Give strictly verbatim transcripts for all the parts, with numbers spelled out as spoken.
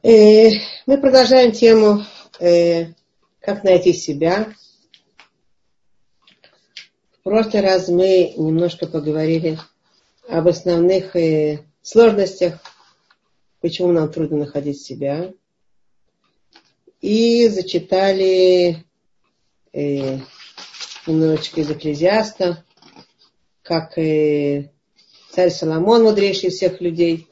Э, мы продолжаем тему э, «Как найти себя». В прошлый раз мы немножко поговорили об основных э, сложностях, почему нам трудно находить себя. И зачитали э, немножечко из Экклезиаста, как э, царь Соломон, мудрейший всех людей,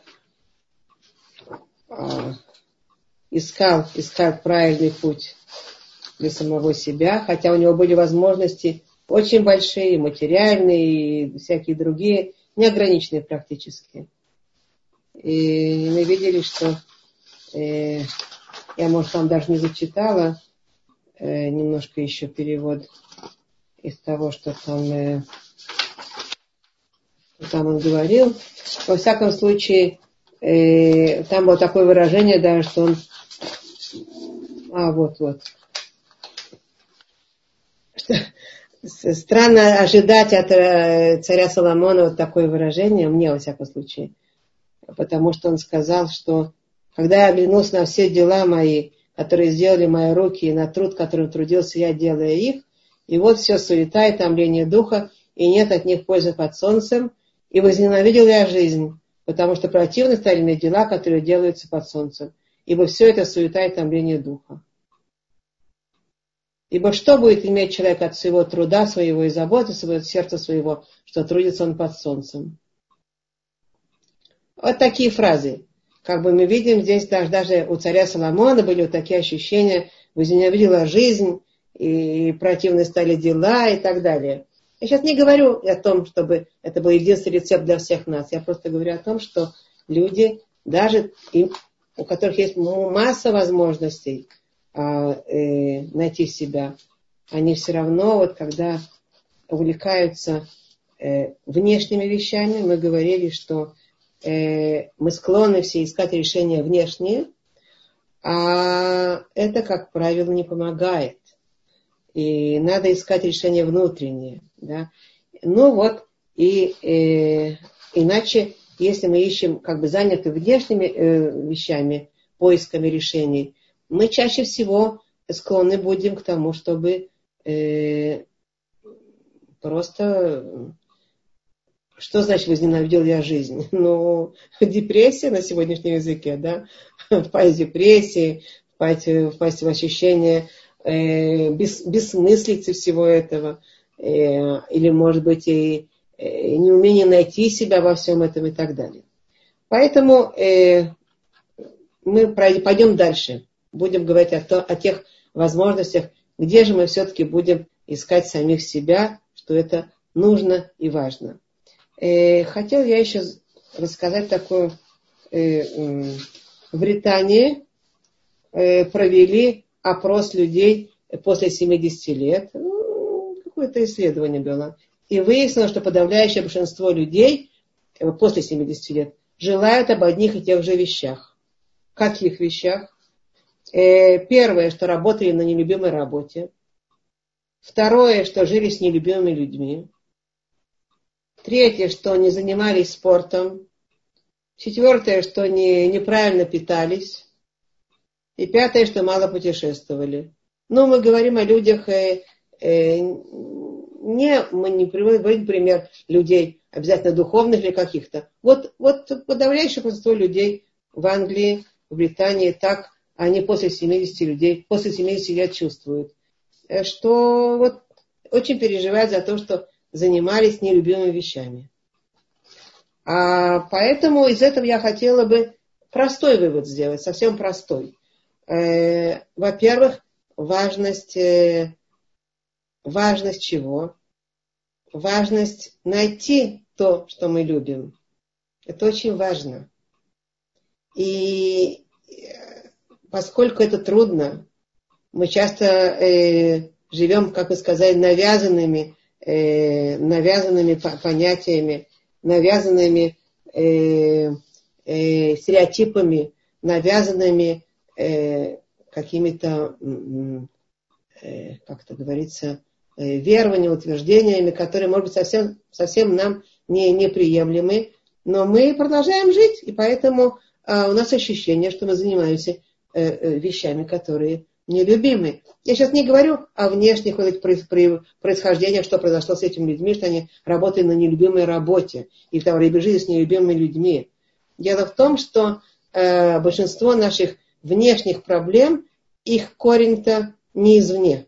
э, искал, искал правильный путь для самого себя, хотя у него были возможности очень большие, материальные и всякие другие, неограниченные практически. И мы видели, что э, я, может, там даже не зачитала э, немножко еще перевод из того, что там, э, что там он говорил. Во всяком случае, э, там было такое выражение даже, что он... А, вот-вот. Странно ожидать от царя Соломона вот такое выражение, мне во всяком случае, потому что он сказал, что когда я оглянулся на все дела мои, которые сделали мои руки, и на труд, которым трудился я, делая их, и вот все суета и томление духа, и нет от них пользы под солнцем, и возненавидел я жизнь, потому что противны стали мне дела, которые делаются под солнцем, ибо все это суета и томление духа. Ибо что будет иметь человек от своего труда, своего и заботы, своего сердца своего, что трудится он под солнцем? Вот такие фразы. Как бы мы видим, здесь даже, даже у царя Соломона были вот такие ощущения, возненавидела жизнь, и противны стали дела и так далее. Я сейчас не говорю о том, чтобы это был единственный рецепт для всех нас. Я просто говорю о том, что люди, даже им, у которых есть масса возможностей, найти себя, они все равно, вот когда увлекаются э, внешними вещами, мы говорили, что э, мы склонны все искать решения внешние, а это, как правило, не помогает. И надо искать решения внутренние. Да? Ну вот, и э, иначе, если мы ищем, как бы заняты внешними э, вещами, поисками решений, мы чаще всего склонны будем к тому, чтобы э, просто... Что значит возненавидел я жизнь? Ну, депрессия на сегодняшнем языке, да? Впасть в депрессии, впасть, впасть в ощущение э, бес, бессмыслицы всего этого. Э, или, может быть, и э, неумение найти себя во всем этом и так далее. Поэтому э, мы пойдем дальше. Будем говорить о, то, о тех возможностях, где же мы все-таки будем искать самих себя, что это нужно и важно. Э, хотел я еще рассказать такое. Э, э, в Британии э, провели опрос людей после семидесяти лет. Ну, какое-то исследование было. И выяснилось, что подавляющее большинство людей э, после семидесяти лет желают об одних и тех же вещах. Каких вещах? Первое, что работали на нелюбимой работе. Второе, что жили с нелюбимыми людьми. Третье, что не занимались спортом. Четвертое, что не, неправильно питались. И пятое, что мало путешествовали. Ну, мы говорим о людях, э, э, не, мы не приводим пример людей обязательно духовных или каких-то. Вот, вот подавляющее большинство людей в Англии, в Британии так, они после семидесяти людей, после семидесяти лет чувствуют, что вот очень переживают за то, что занимались нелюбимыми вещами. А поэтому из этого я хотела бы простой вывод сделать, совсем простой. Э, во-первых, важность, э, важность чего? Важность найти то, что мы любим. Это очень важно. И поскольку это трудно, мы часто э, живем, как вы сказали, навязанными, э, навязанными понятиями, навязанными э, э, стереотипами, навязанными э, какими-то, э, как это говорится, э, верованиями, утверждениями, которые, может быть, совсем, совсем нам не, неприемлемы, но мы продолжаем жить, и поэтому а у нас ощущение, что мы занимаемся э, э, вещами, которые нелюбимы. Я сейчас не говорю о внешних вот этих происхождениях, что произошло с этими людьми, что они работают на нелюбимой работе, и в того жизни с нелюбимыми людьми. Дело в том, что э, большинство наших внешних проблем, их корень-то не извне.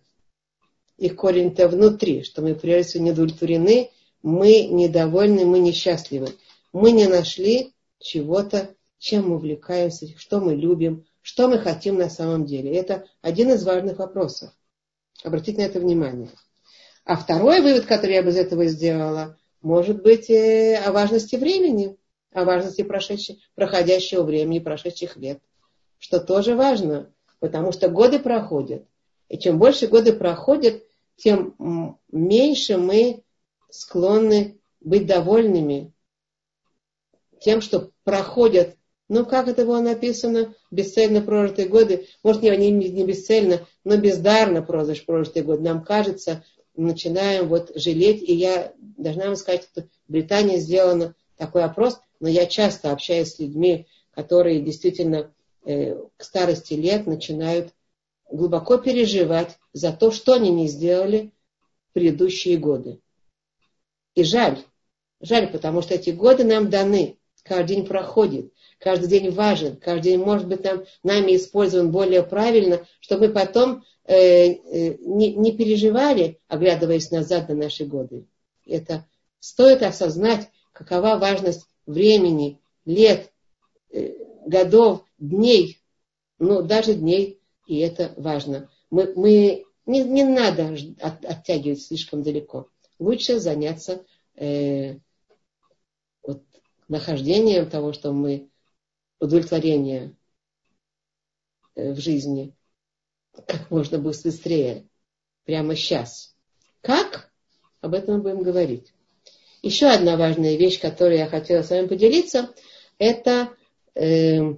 Их корень-то внутри, что мы прежде всего не удовлетворены, мы недовольны, мы несчастливы. Мы не нашли чего-то, чем мы увлекаемся, что мы любим, что мы хотим на самом деле. Это один из важных вопросов. Обратите на это внимание. А второй вывод, который я бы из этого сделала, может быть о важности времени, о важности прошедшего, проходящего времени, прошедших лет. Что тоже важно, потому что годы проходят. И чем больше годы проходят, тем меньше мы склонны быть довольными тем, что проходят. Ну, как это было написано? Бесцельно прожитые годы. Может, не, не, не бесцельно, но бездарно прожитые годы. Нам кажется, начинаем вот жалеть. И я должна вам сказать, что в Британии сделано такой опрос, но я часто общаюсь с людьми, которые действительно э, к старости лет начинают глубоко переживать за то, что они не сделали в предыдущие годы. И жаль. Жаль, потому что эти годы нам даны. Каждый день проходит. Каждый день важен. Каждый день может быть нам, нами использован более правильно, чтобы мы потом э, э, не, не переживали, оглядываясь назад на наши годы. Это стоит осознать, какова важность времени, лет, э, годов, дней. Ну, даже дней. И это важно. Мы, мы, не, не надо от, оттягивать слишком далеко. Лучше заняться э, вот, нахождением того, что мы удовлетворение э, в жизни как можно быстрее. Прямо сейчас. Как? Об этом мы будем говорить. Еще одна важная вещь, которую я хотела с вами поделиться, это э,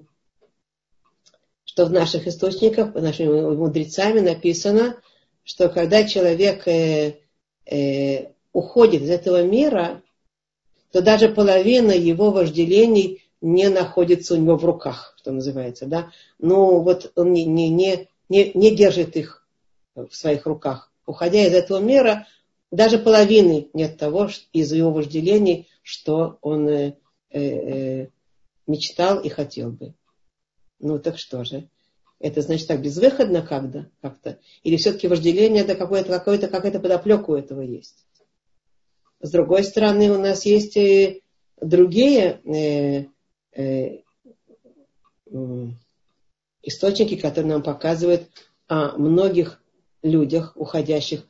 что в наших источниках, нашими мудрецами написано, что когда человек э, э, уходит из этого мира, то даже половина его вожделений не находится у него в руках, что называется. Да? Ну вот он не, не, не, не, не держит их в своих руках. Уходя из этого мира, даже половины нет того из его вожделений, что он э, э, мечтал и хотел бы. Ну так что же? Это значит так безвыходно как-то? как-то? Или все-таки вожделение, это какое-то, какое-то, какая-то подоплека у этого есть? С другой стороны, у нас есть и другие э, э, э, источники, которые нам показывают о многих людях, уходящих,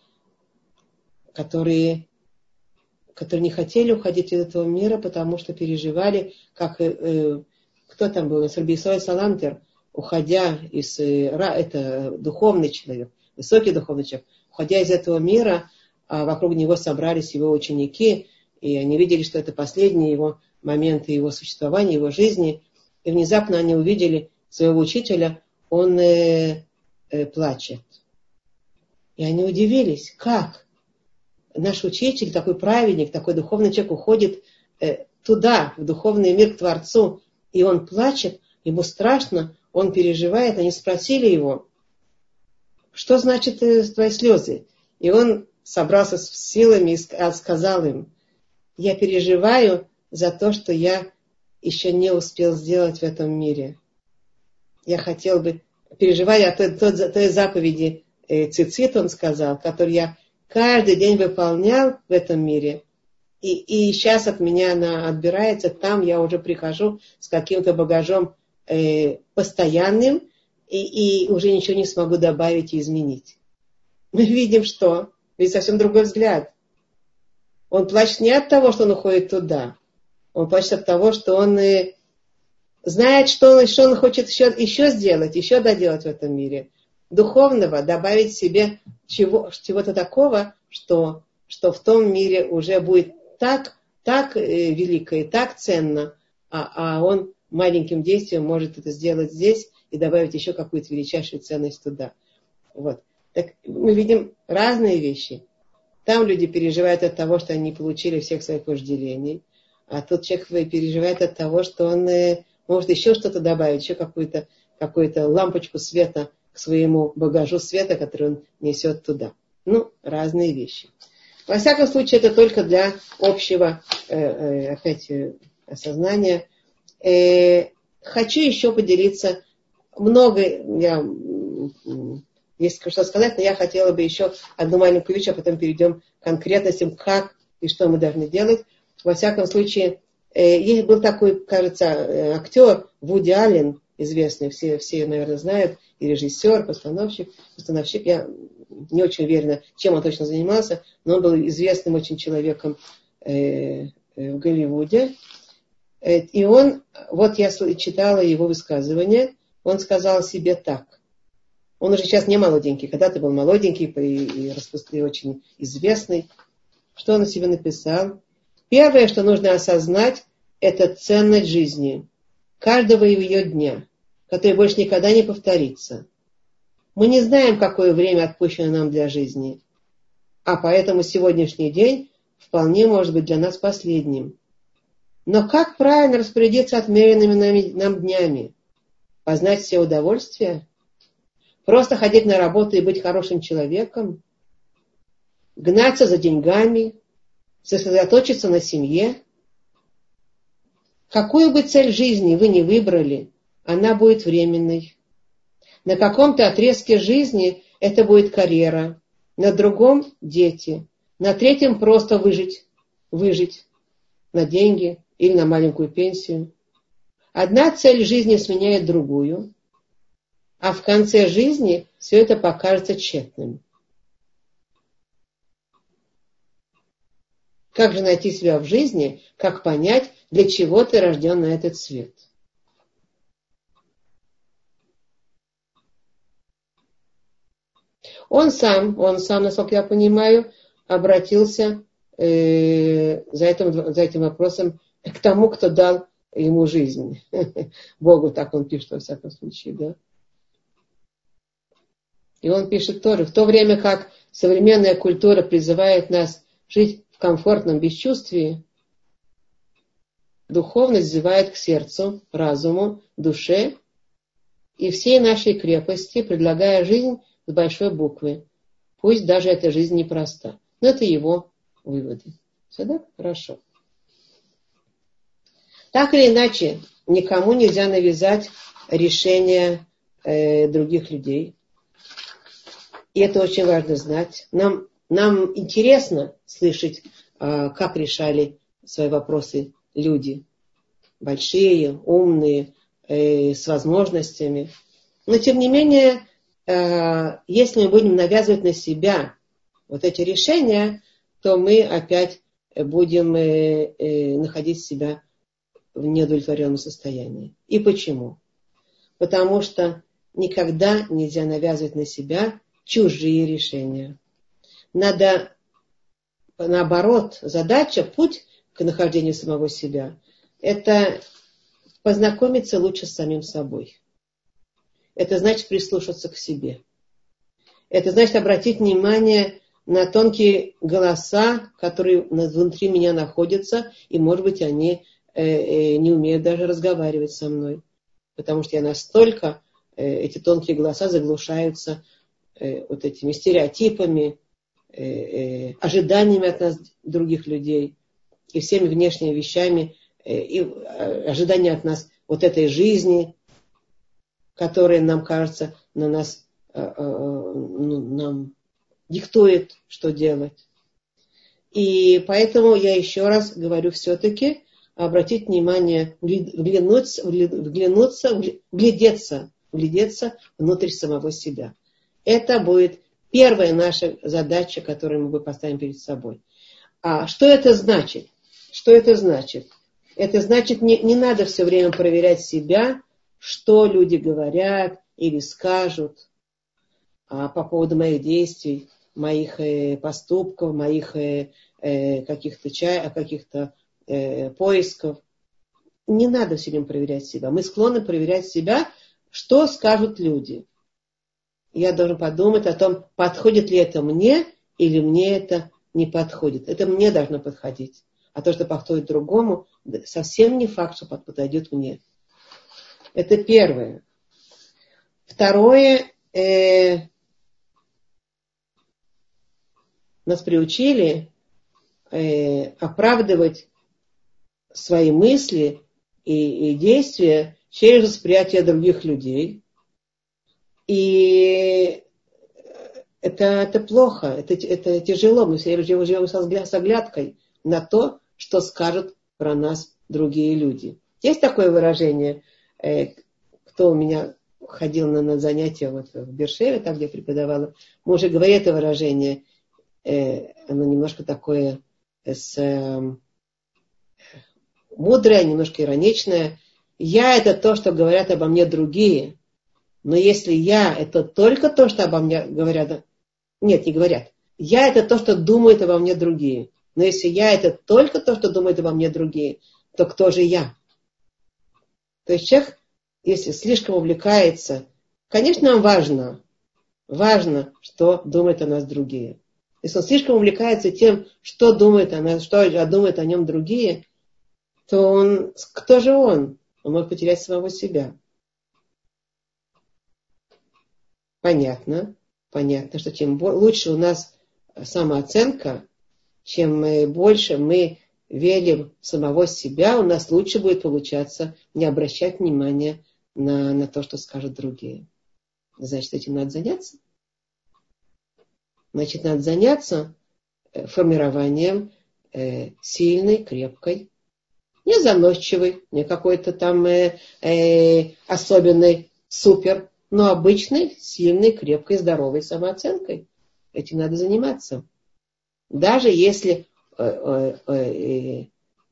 которые, которые не хотели уходить из этого мира, потому что переживали, как э, кто там был, Раби Исроэль Салантер, уходя из, это духовный человек, высокий духовный человек, уходя из этого мира, а вокруг него собрались его ученики, и они видели, что это последние его моменты его существования, его жизни, и внезапно они увидели своего учителя, он э, э, плачет. И они удивились, как наш учитель, такой праведник, такой духовный человек уходит э, туда, в духовный мир, к Творцу, и он плачет, ему страшно, он переживает, они спросили его, что значит твои слезы? И он собрался с силами и сказал им, я переживаю за то, что я еще не успел сделать в этом мире. Я хотел бы, переживая о той, той, той заповеди э, цицит, он сказал, которую я каждый день выполнял в этом мире, и, и сейчас от меня она отбирается, там я уже прихожу с каким-то багажом э, постоянным, и, и уже ничего не смогу добавить и изменить. Мы видим, что ведь совсем другой взгляд. Он плачет не от того, что он уходит туда. Он плачет от того, что он э, знает, что он, что он хочет еще, еще сделать, еще доделать в этом мире. Духовного, добавить себе чего, чего-то такого, что, что в том мире уже будет так, так э, велико и так ценно, а, а он маленьким действием может это сделать здесь и добавить еще какую-то величайшую ценность туда. Вот. Так мы видим разные вещи. Там люди переживают от того, что они не получили всех своих вожделений, а тут человек переживает от того, что он может еще что-то добавить, еще какую-то, какую-то лампочку света к своему багажу света, который он несет туда. Ну, разные вещи. Во всяком случае, это только для общего э, э, опять э, осознания. Э, хочу еще поделиться. Много, я, есть что сказать, но я хотела бы еще одну маленькую вещь, а потом перейдем к конкретностям, как и что мы должны делать. Во всяком случае, э, был такой, кажется, актер Вуди Аллен, известный, все, все, наверное, знают, и режиссер, постановщик, постановщик, я не очень уверена, чем он точно занимался, но он был известным очень человеком э, в Голливуде. Э, и он, вот я читала его высказывание, он сказал себе так. Он уже сейчас не молоденький, когда-то был молоденький и, и, и очень известный. Что он о себе написал? Первое, что нужно осознать, это ценность жизни, каждого ее дня, который больше никогда не повторится. Мы не знаем, какое время отпущено нам для жизни, а поэтому сегодняшний день вполне может быть для нас последним. Но как правильно распорядиться отмеренными нами, нам днями? Познать все удовольствия? Просто ходить на работу и быть хорошим человеком? Гнаться за деньгами? Сосредоточиться на семье? Какую бы цель жизни вы ни выбрали, она будет временной. На каком-то отрезке жизни это будет карьера, на другом – дети, на третьем – просто выжить, выжить на деньги или на маленькую пенсию. Одна цель жизни сменяет другую, а в конце жизни все это покажется тщетным. Как же найти себя в жизни, как понять, для чего ты рожден на этот свет? Он сам, он сам, насколько я понимаю, обратился э, за, этим, за этим вопросом к тому, кто дал ему жизнь. Богу, так он пишет во всяком случае, да. И он пишет тоже, в то время как современная культура призывает нас жить в комфортном бесчувствии, духовность взывает к сердцу, разуму, душе и всей нашей крепости, предлагая жизнь с большой буквы. Пусть даже эта жизнь непроста. Но это его выводы. Все, да? Хорошо. Так или иначе, никому нельзя навязать решение э, других людей. И это очень важно знать. Нам, нам интересно слышать, э, как решали свои вопросы люди. Большие, умные, э, с возможностями. Но тем не менее, если мы будем навязывать на себя вот эти решения, то мы опять будем находить себя в неудовлетворенном состоянии. И почему? Потому что никогда нельзя навязывать на себя чужие решения. Надо, наоборот, задача, путь к нахождению самого себя, это познакомиться лучше с самим собой. Это значит прислушаться к себе. Это значит обратить внимание на тонкие голоса, которые внутри меня находятся, и, может быть, они э, э, не умеют даже разговаривать со мной. Потому что я настолько, э, эти тонкие голоса заглушаются э, вот этими стереотипами, э, э, ожиданиями от нас других людей, и всеми внешними вещами, э, и э, ожидания от нас вот этой жизни, которая нам кажется, на нас, э, э, ну, нам диктует, что делать. И поэтому я еще раз говорю, все-таки обратить внимание, вглянуться, вглянуться, вглядеться, вглядеться внутрь самого себя. Это будет первая наша задача, которую мы поставим перед собой. А что это значит? Что это значит? Это значит, не, не надо все время проверять себя, что люди говорят или скажут а, по поводу моих действий, моих э, поступков, моих э, э, каких-то, чай, каких-то э, поисков. Не надо все время проверять себя. Мы склонны проверять себя, что скажут люди. Я должен подумать о том, подходит ли это мне или мне это не подходит. Это мне должно подходить. А то, что подходит другому, совсем не факт, что подойдет мне. Это первое. Второе, э, нас приучили э, оправдывать свои мысли и, и действия через восприятие других людей. И это, это плохо, это, это тяжело. Мы все живем с оглядкой на то, что скажут про нас другие люди. Есть такое выражение, э, кто у меня ходил на, на занятия вот в Бершеве, там, где я преподавала, мы уже говорили это выражение, э, оно немножко такое с, э, мудрое, немножко ироничное. Я — это то, что говорят обо мне другие. Но если я — это только то, что обо мне говорят... Нет, не говорят. Я — это то, что думают обо мне другие. Но если я — это только то, что думают обо мне другие, то кто же я? То есть человек, если слишком увлекается... Конечно, нам важно, важно, что думают о нас другие. Если он слишком увлекается тем, что думают о нас, что думают о нем другие, то он... Кто же он? Он может потерять самого себя. Понятно. Понятно, что чем лучше у нас самооценка, чем больше мы верим в самого себя, у нас лучше будет получаться не обращать внимания на, на то, что скажут другие. Значит, этим надо заняться. Значит, надо заняться формированием э, сильной, крепкой, не заносчивой, не какой-то там э, э, особенной, супер, но обычной, сильной, крепкой, здоровой самооценкой. Этим надо заниматься. Даже если э, э, э,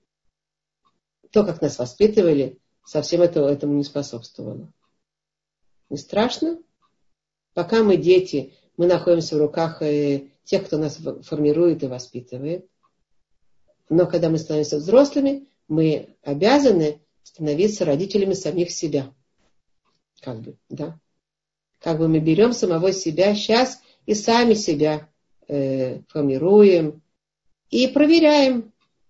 то, как нас воспитывали, совсем этого, этому не способствовало. Не страшно? Пока мы дети, мы находимся в руках э, тех, кто нас формирует и воспитывает. Но когда мы становимся взрослыми, мы обязаны становиться родителями самих себя. Как бы, да? Как бы мы берем самого себя сейчас и сами себя э, формируем и проверяем,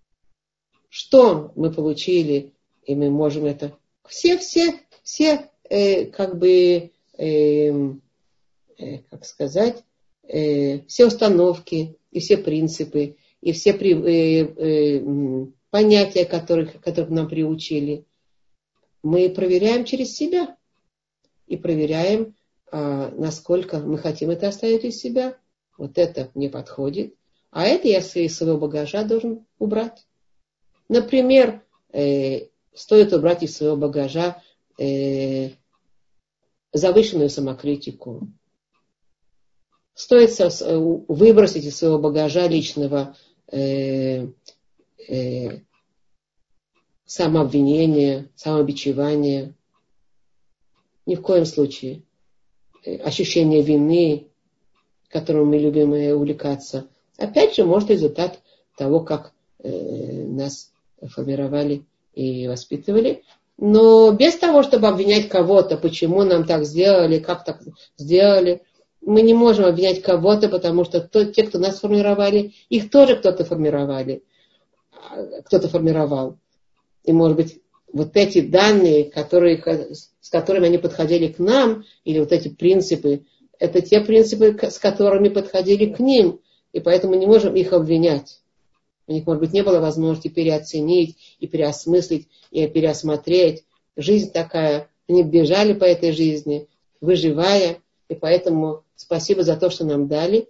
что мы получили, и мы можем это... Все, все, все, э, как бы, э, э, как сказать, э, все установки и все принципы, и все при, э, э, понятия, которых, которых нам приучили, мы проверяем через себя и проверяем, насколько мы хотим это оставить из себя. Вот это мне подходит. А это я из своего багажа должен убрать. Например, э, стоит убрать из своего багажа э, завышенную самокритику. Стоит со, выбросить из своего багажа личного э, э, самообвинения, самобичевания. Ни в коем случае. Ощущение вины, которым мы любим увлекаться. Опять же, может, результат того, как э, нас формировали и воспитывали. Но без того, чтобы обвинять кого-то, почему нам так сделали, как так сделали, мы не можем обвинять кого-то, потому что то, те, кто нас формировали, их тоже кто-то формировали, кто-то формировал. И, может быть, вот эти данные, которые, с которыми они подходили к нам, или вот эти принципы, это те принципы, с которыми подходили к ним, и поэтому не можем их обвинять. У них, может быть, не было возможности переоценить, и переосмыслить, и переосмотреть. Жизнь такая, они бежали по этой жизни, выживая, и поэтому спасибо за то, что нам дали.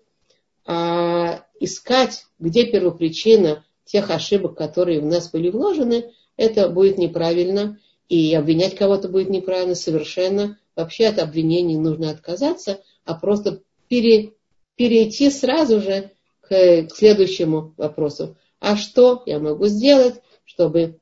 А искать, где первопричина тех ошибок, которые в нас были вложены, это будет неправильно, и обвинять кого-то будет неправильно совершенно. Вообще от обвинений нужно отказаться, а просто пере, перейти сразу же к, к следующему вопросу. А что я могу сделать, чтобы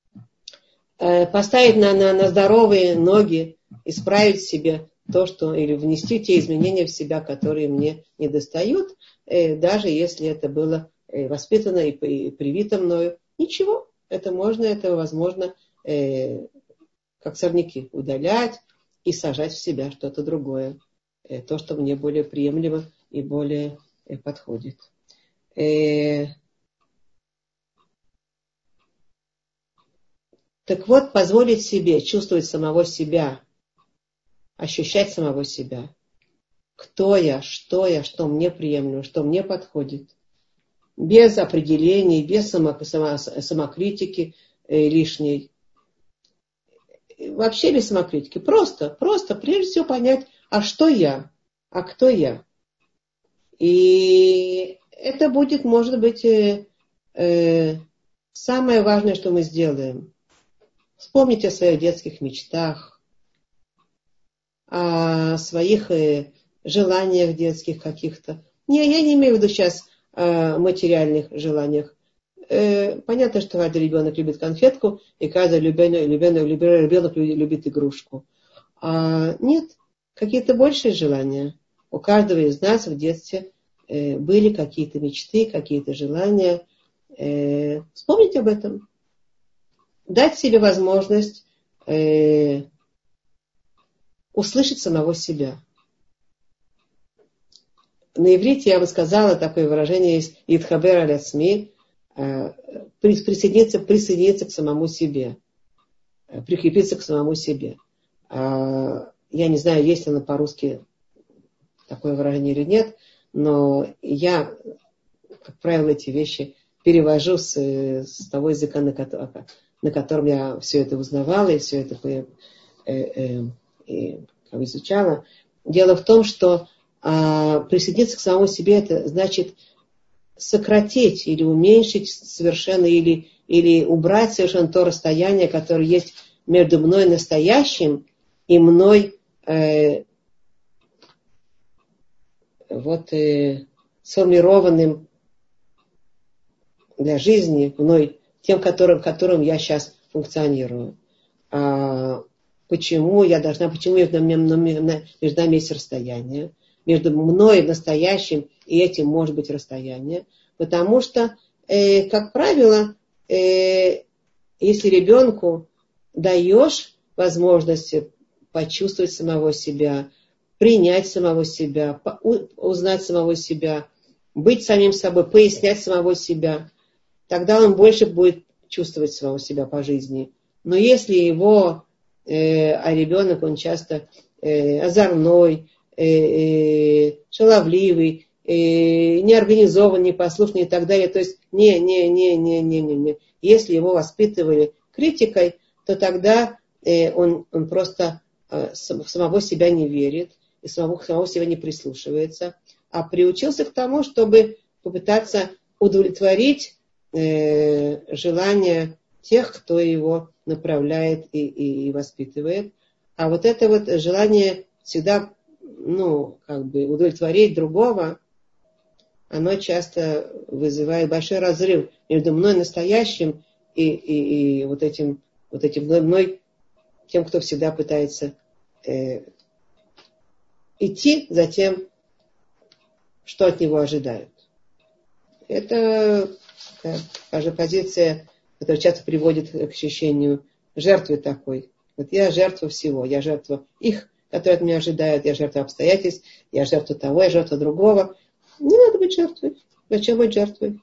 э, поставить на, на, на здоровые ноги, исправить себе то, что, или внести те изменения в себя, которые мне недостают, э, даже если это было э, воспитано и, и привито мною. Ничего. Это можно, это возможно, э, как сорняки, удалять и сажать в себя что-то другое. Э, то, что мне более приемлемо и более э, подходит. Э, Так вот, позволить себе чувствовать самого себя, ощущать самого себя. Кто я, что я, что мне приемлемо, что мне подходит. Без определений, без само, само, самокритики э, лишней. Вообще без самокритики. Просто, просто прежде всего понять, а что я, а кто я. И это будет, может быть, э, э, самое важное, что мы сделаем. Вспомните о своих детских мечтах, о своих э, желаниях детских каких-то. Не, я не имею в виду сейчас э, материальных желаниях. Э, понятно, что каждый ребенок любит конфетку, и каждый ребенок, ребенок, ребенок любит игрушку. А нет, какие-то большие желания. У каждого из нас в детстве э, были какие-то мечты, какие-то желания. Э, вспомните об этом. Дать себе возможность э, услышать самого себя. На иврите я бы сказала, такое выражение есть «Итхабер аль-ацми», э, присоединиться, присоединиться к самому себе, э, прикрепиться к самому себе. Э, я не знаю, есть оно по-русски такое выражение или нет, но я, как правило, эти вещи перевожу с, с того языка, на котором, на котором я все это узнавала и все это э, э, э, как изучала. Дело в том, что э, присоединиться к самому себе, это значит сократить или уменьшить совершенно, или, или убрать совершенно то расстояние, которое есть между мной настоящим и мной э, вот, э, сформированным для жизни, мной, тем, которым, которым я сейчас функционирую. А почему я должна, почему между нами есть расстояние? Между мной настоящим и этим может быть расстояние. Потому что, э, как правило, э, если ребенку даешь возможность почувствовать самого себя, принять самого себя, узнать самого себя, быть самим собой, пояснять самого себя, тогда он больше будет чувствовать самого себя по жизни. Но если его, э, а ребенок, он часто э, озорной, э, э, шаловливый, э, неорганизованный, непослушный и так далее, то есть не, не, не, не, не, не, не. Если его воспитывали критикой, то тогда э, он, он просто э, самого себя не верит, и самого, самого себя не прислушивается, а приучился к тому, чтобы попытаться удовлетворить э, желания тех, кто его направляет и, и, и воспитывает. А вот это вот желание всегда, ну, как бы удовлетворить другого, оно часто вызывает большой разрыв между мной настоящим и, и, и вот этим, вот этим мной, мной, тем, кто всегда пытается э, идти за тем, что от него ожидают. Это такая позиция, которая часто приводит к ощущению жертвы такой. Вот я жертва всего, я жертва их, которые от меня ожидают, я жертва обстоятельств, я жертва того, я жертва другого. Не надо быть жертвой. Зачем быть жертвой?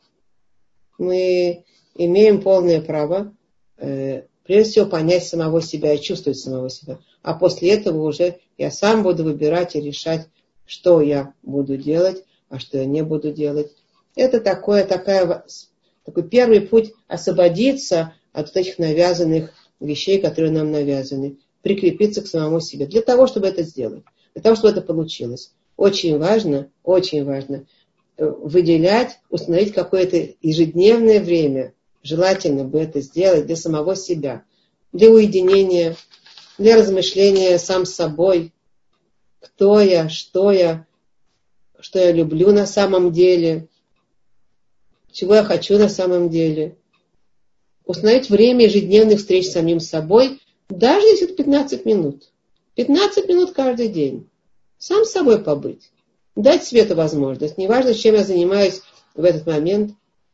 Мы имеем полное право, э, прежде всего, понять самого себя и чувствовать самого себя. А после этого уже я сам буду выбирать и решать, что я буду делать, а что я не буду делать. Это такое, такая, такой первый путь освободиться от вот этих навязанных вещей, которые нам навязаны. Прикрепиться к самому себе. Для того, чтобы это сделать. Для того, чтобы это получилось. Очень важно, очень важно выделять, установить какое-то ежедневное время. Желательно бы это сделать для самого себя. Для уединения, для размышления сам с собой. Кто я, что я, что я люблю на самом деле, чего я хочу на самом деле. Установить время ежедневных встреч с самим собой, даже если это пятнадцать минут. пятнадцать минут каждый день. Сам с собой побыть. Дать себе эту возможность. Неважно, чем я занимаюсь в этот момент.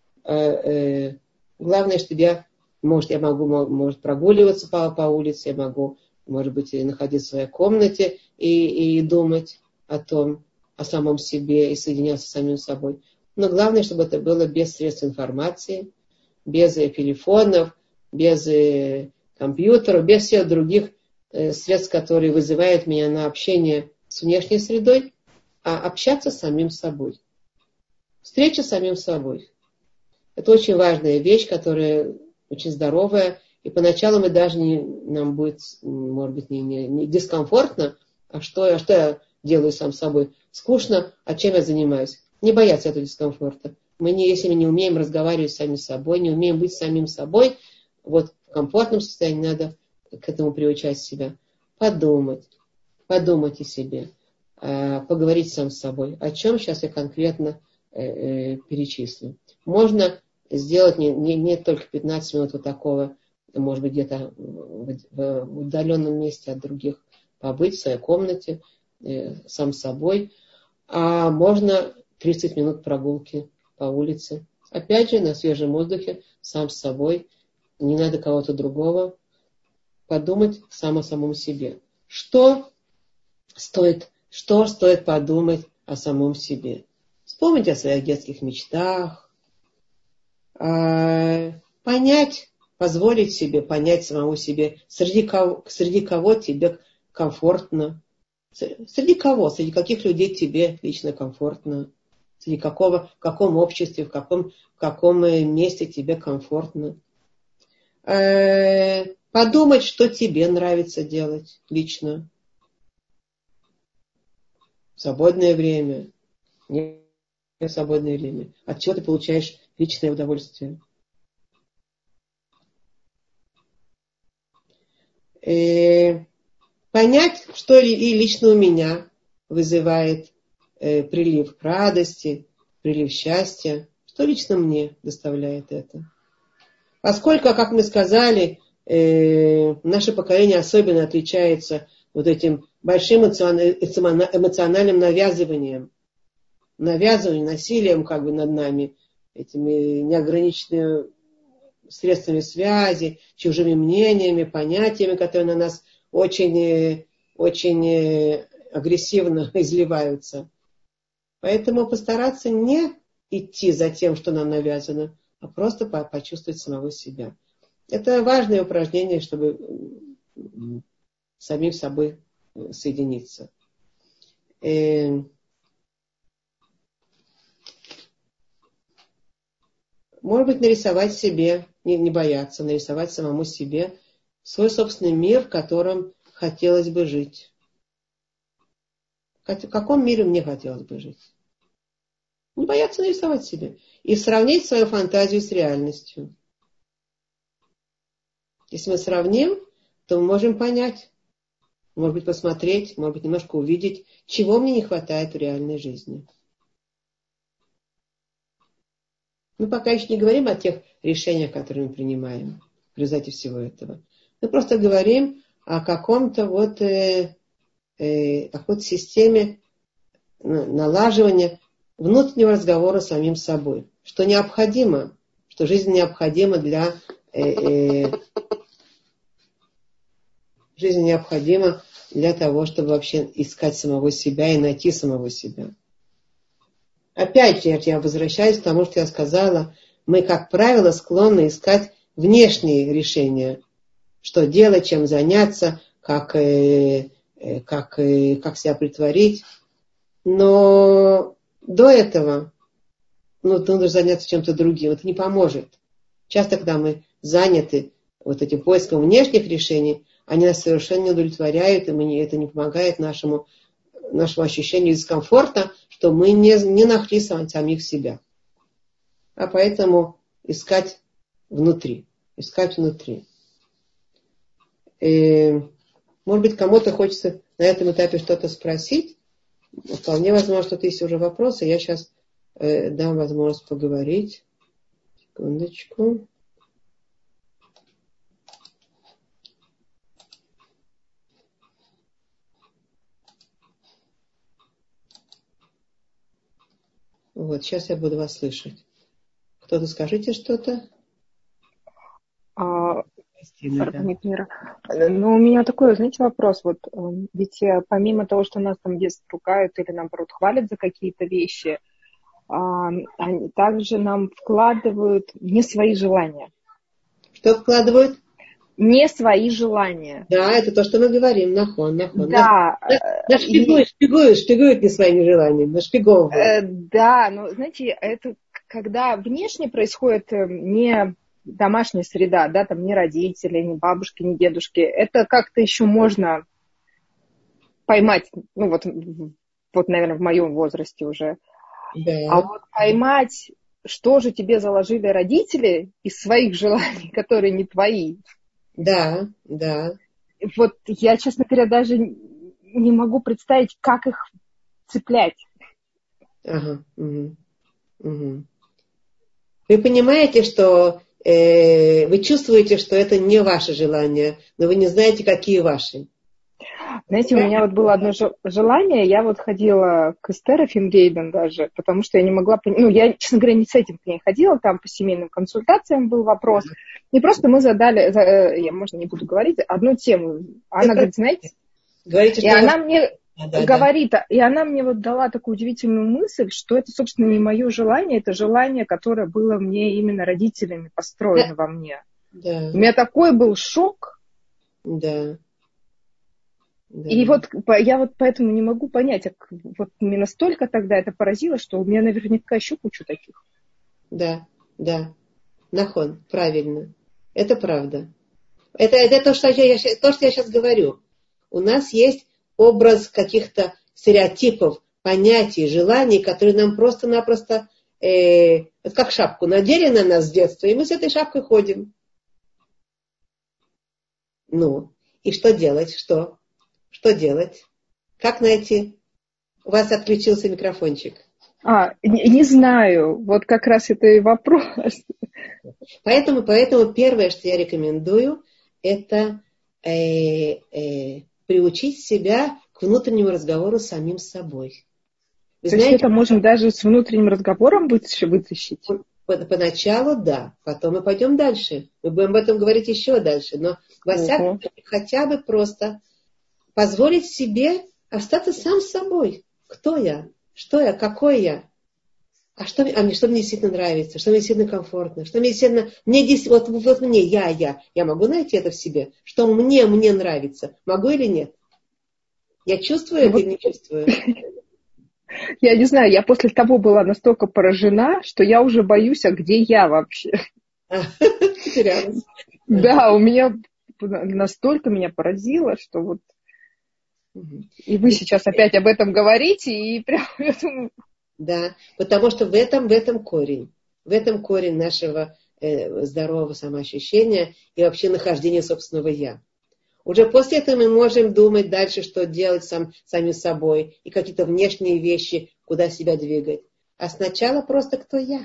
Главное, чтобы я, может, я могу, может, прогуливаться по, по улице, я могу, может быть, находиться в своей комнате и, и думать о том, о самом себе и соединяться с самим собой. Но главное, чтобы это было без средств информации, без телефонов, без компьютеру, без всех других э, средств, которые вызывают меня на общение с внешней средой, а общаться с самим собой. Встреча с самим собой. Это очень важная вещь, которая очень здоровая. И поначалу мы даже не, нам будет, может быть, не, не, не дискомфортно, а что, а что я делаю сам с собой? Скучно, а чем я занимаюсь? Не бояться этого дискомфорта. Мы не, если мы не умеем разговаривать с самим собой, не умеем быть самим собой, вот в комфортном состоянии надо к этому приучать себя. Подумать, подумать о себе, поговорить сам с собой. О чем сейчас я конкретно перечислю. Можно сделать не, не, не только пятнадцать минут вот такого, может быть, где-то в, в удаленном месте от других побыть в своей комнате, э, сам с собой, а можно тридцать минут прогулки по улице. Опять же, на свежем воздухе, сам с собой, не надо кого-то другого. Подумать сам о самом себе. Что стоит, что стоит подумать о самом себе? Вспомнить о своих детских мечтах, понять, позволить себе понять самому себе, среди кого, среди кого тебе комфортно, среди кого, среди каких людей тебе лично комфортно, среди какого, в каком обществе, в каком, в каком месте тебе комфортно. Подумать, что тебе нравится делать лично. В свободное время. Не в свободное время. От чего ты получаешь личное удовольствие. И понять, что и лично у меня вызывает э, прилив радости, прилив счастья, что лично мне доставляет это. Поскольку, как мы сказали, э, наше поколение особенно отличается вот этим большим эмоциональным навязыванием, навязыванием, насилием как бы над нами, этими неограниченными средствами связи, чужими мнениями, понятиями, которые на нас очень, очень агрессивно изливаются. Поэтому постараться не идти за тем, что нам навязано, а просто почувствовать самого себя. Это важное упражнение, чтобы с самим собой соединиться. Может быть, нарисовать себе, не, не бояться, нарисовать самому себе свой собственный мир, в котором хотелось бы жить. В каком мире мне хотелось бы жить? Не бояться нарисовать себе. И сравнить свою фантазию с реальностью. Если мы сравним, то мы можем понять, может быть, посмотреть, может быть, немножко увидеть, чего мне не хватает в реальной жизни. Мы пока еще не говорим о тех решениях, которые мы принимаем в результате всего этого. Мы просто говорим о каком-то вот, э, э, какой-то системе налаживания внутреннего разговора с самим собой. Что необходимо, что жизнь необходима для... Э, э, жизнь необходима для того, чтобы вообще искать самого себя и найти самого себя. Опять же, я возвращаюсь к тому, что я сказала. Мы, как правило, склонны искать внешние решения. Что делать, чем заняться, как, э, как, э, как себя притворить. Но до этого ну, нужно заняться чем-то другим. Это не поможет. Часто, когда мы заняты вот этим поиском внешних решений, они нас совершенно не удовлетворяют, и мы, это не помогает нашему, нашему ощущению дискомфорта, что мы не, не нашли самих себя. А поэтому искать внутри. Искать внутри. И, может быть, кому-то хочется на этом этапе что-то спросить. Вполне возможно, что есть уже вопросы. Я сейчас э, дам возможность поговорить. Секундочку. Вот, сейчас я буду вас слышать. Кто-то скажите что-то? А, Мира. Ну, у меня такой, знаете, вопрос. Вот, ведь помимо того, что нас там детство ругают или, наоборот, хвалят за какие-то вещи, они также нам вкладывают не свои желания. Что вкладывают? не свои желания. Да, это то, что мы говорим, нахон, нахон. Да. Нас, нас шпигуют, шпигуют, шпигуют не своими желаниями, нашпиговывают. Да, но, знаете, это когда внешне происходит не домашняя среда, да, там не родители, не бабушки, не дедушки, это как-то еще можно поймать, ну вот, вот, наверное, в моем возрасте уже. Да. А вот поймать, что же тебе заложили родители из своих желаний, которые не твои. Да, да. Вот я, честно говоря, даже не могу представить, как их цеплять. Ага. Угу. Угу. Вы понимаете, что э, вы чувствуете, что это не ваше желание, но вы не знаете, какие ваши. Знаете, у меня вот было одно желание, я вот ходила к Эстер Фингейден даже, потому что я не могла, ну, я, честно говоря, не с этим к ней ходила, там по семейным консультациям был вопрос. Не просто мы задали, я, можно, не буду говорить, одну тему. Она говорит, знаете, Говорите, и что она вас... мне да, говорит, да. и она мне вот дала такую удивительную мысль, что это, собственно, не мое желание, это желание, которое было мне именно родителями построено да. во мне. Да. У меня такой был шок. Да. Да. И вот я вот поэтому не могу понять, вот мне настолько тогда это поразило, что у меня наверняка еще кучу таких. Да, да. Нахон, правильно. Это правда. Это, это то, что я, то, что я сейчас говорю. У нас есть образ каких-то стереотипов, понятий, желаний, которые нам просто-напросто, э, вот как шапку надели на нас с детства, и мы с этой шапкой ходим. Ну, и что делать? Что? Что делать? Как найти? У вас отключился микрофончик. А, не, не знаю. Вот как раз это и вопрос. Поэтому, поэтому первое, что я рекомендую, это э, э, приучить себя к внутреннему разговору с самим собой. Вы То знаете, есть это можно даже с внутренним разговором вытащить? Поначалу да, потом мы пойдем дальше. Мы будем об этом говорить еще дальше. Но во всяком случае, хотя бы просто позволить себе остаться сам с собой. Кто я? Что я? Какой я? А что, а мне, что мне действительно нравится? Что мне действительно комфортно? Что мне действительно... Мне, вот, вот мне, я, я. Я могу найти это в себе? Что мне, мне нравится? Могу или нет? Я чувствую это вот... или не чувствую? Я не знаю, я после того была настолько поражена, что я уже боюсь, а где я вообще? Потерялась. Да, у меня настолько меня поразило, что вот... И вы сейчас опять об этом говорите, и прям я думаю... Да, потому что в этом, в этом корень. В этом корень нашего э, здорового самоощущения и вообще нахождения собственного «я». Уже после этого мы можем думать дальше, что делать сам, сами собой, и какие-то внешние вещи, куда себя двигать. А сначала просто кто я?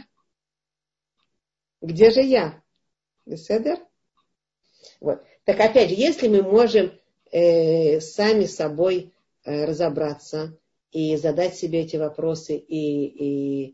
Где же я? Беседер? Вот. Так опять же, если мы можем э, сами с собой э, разобраться и задать себе эти вопросы и, и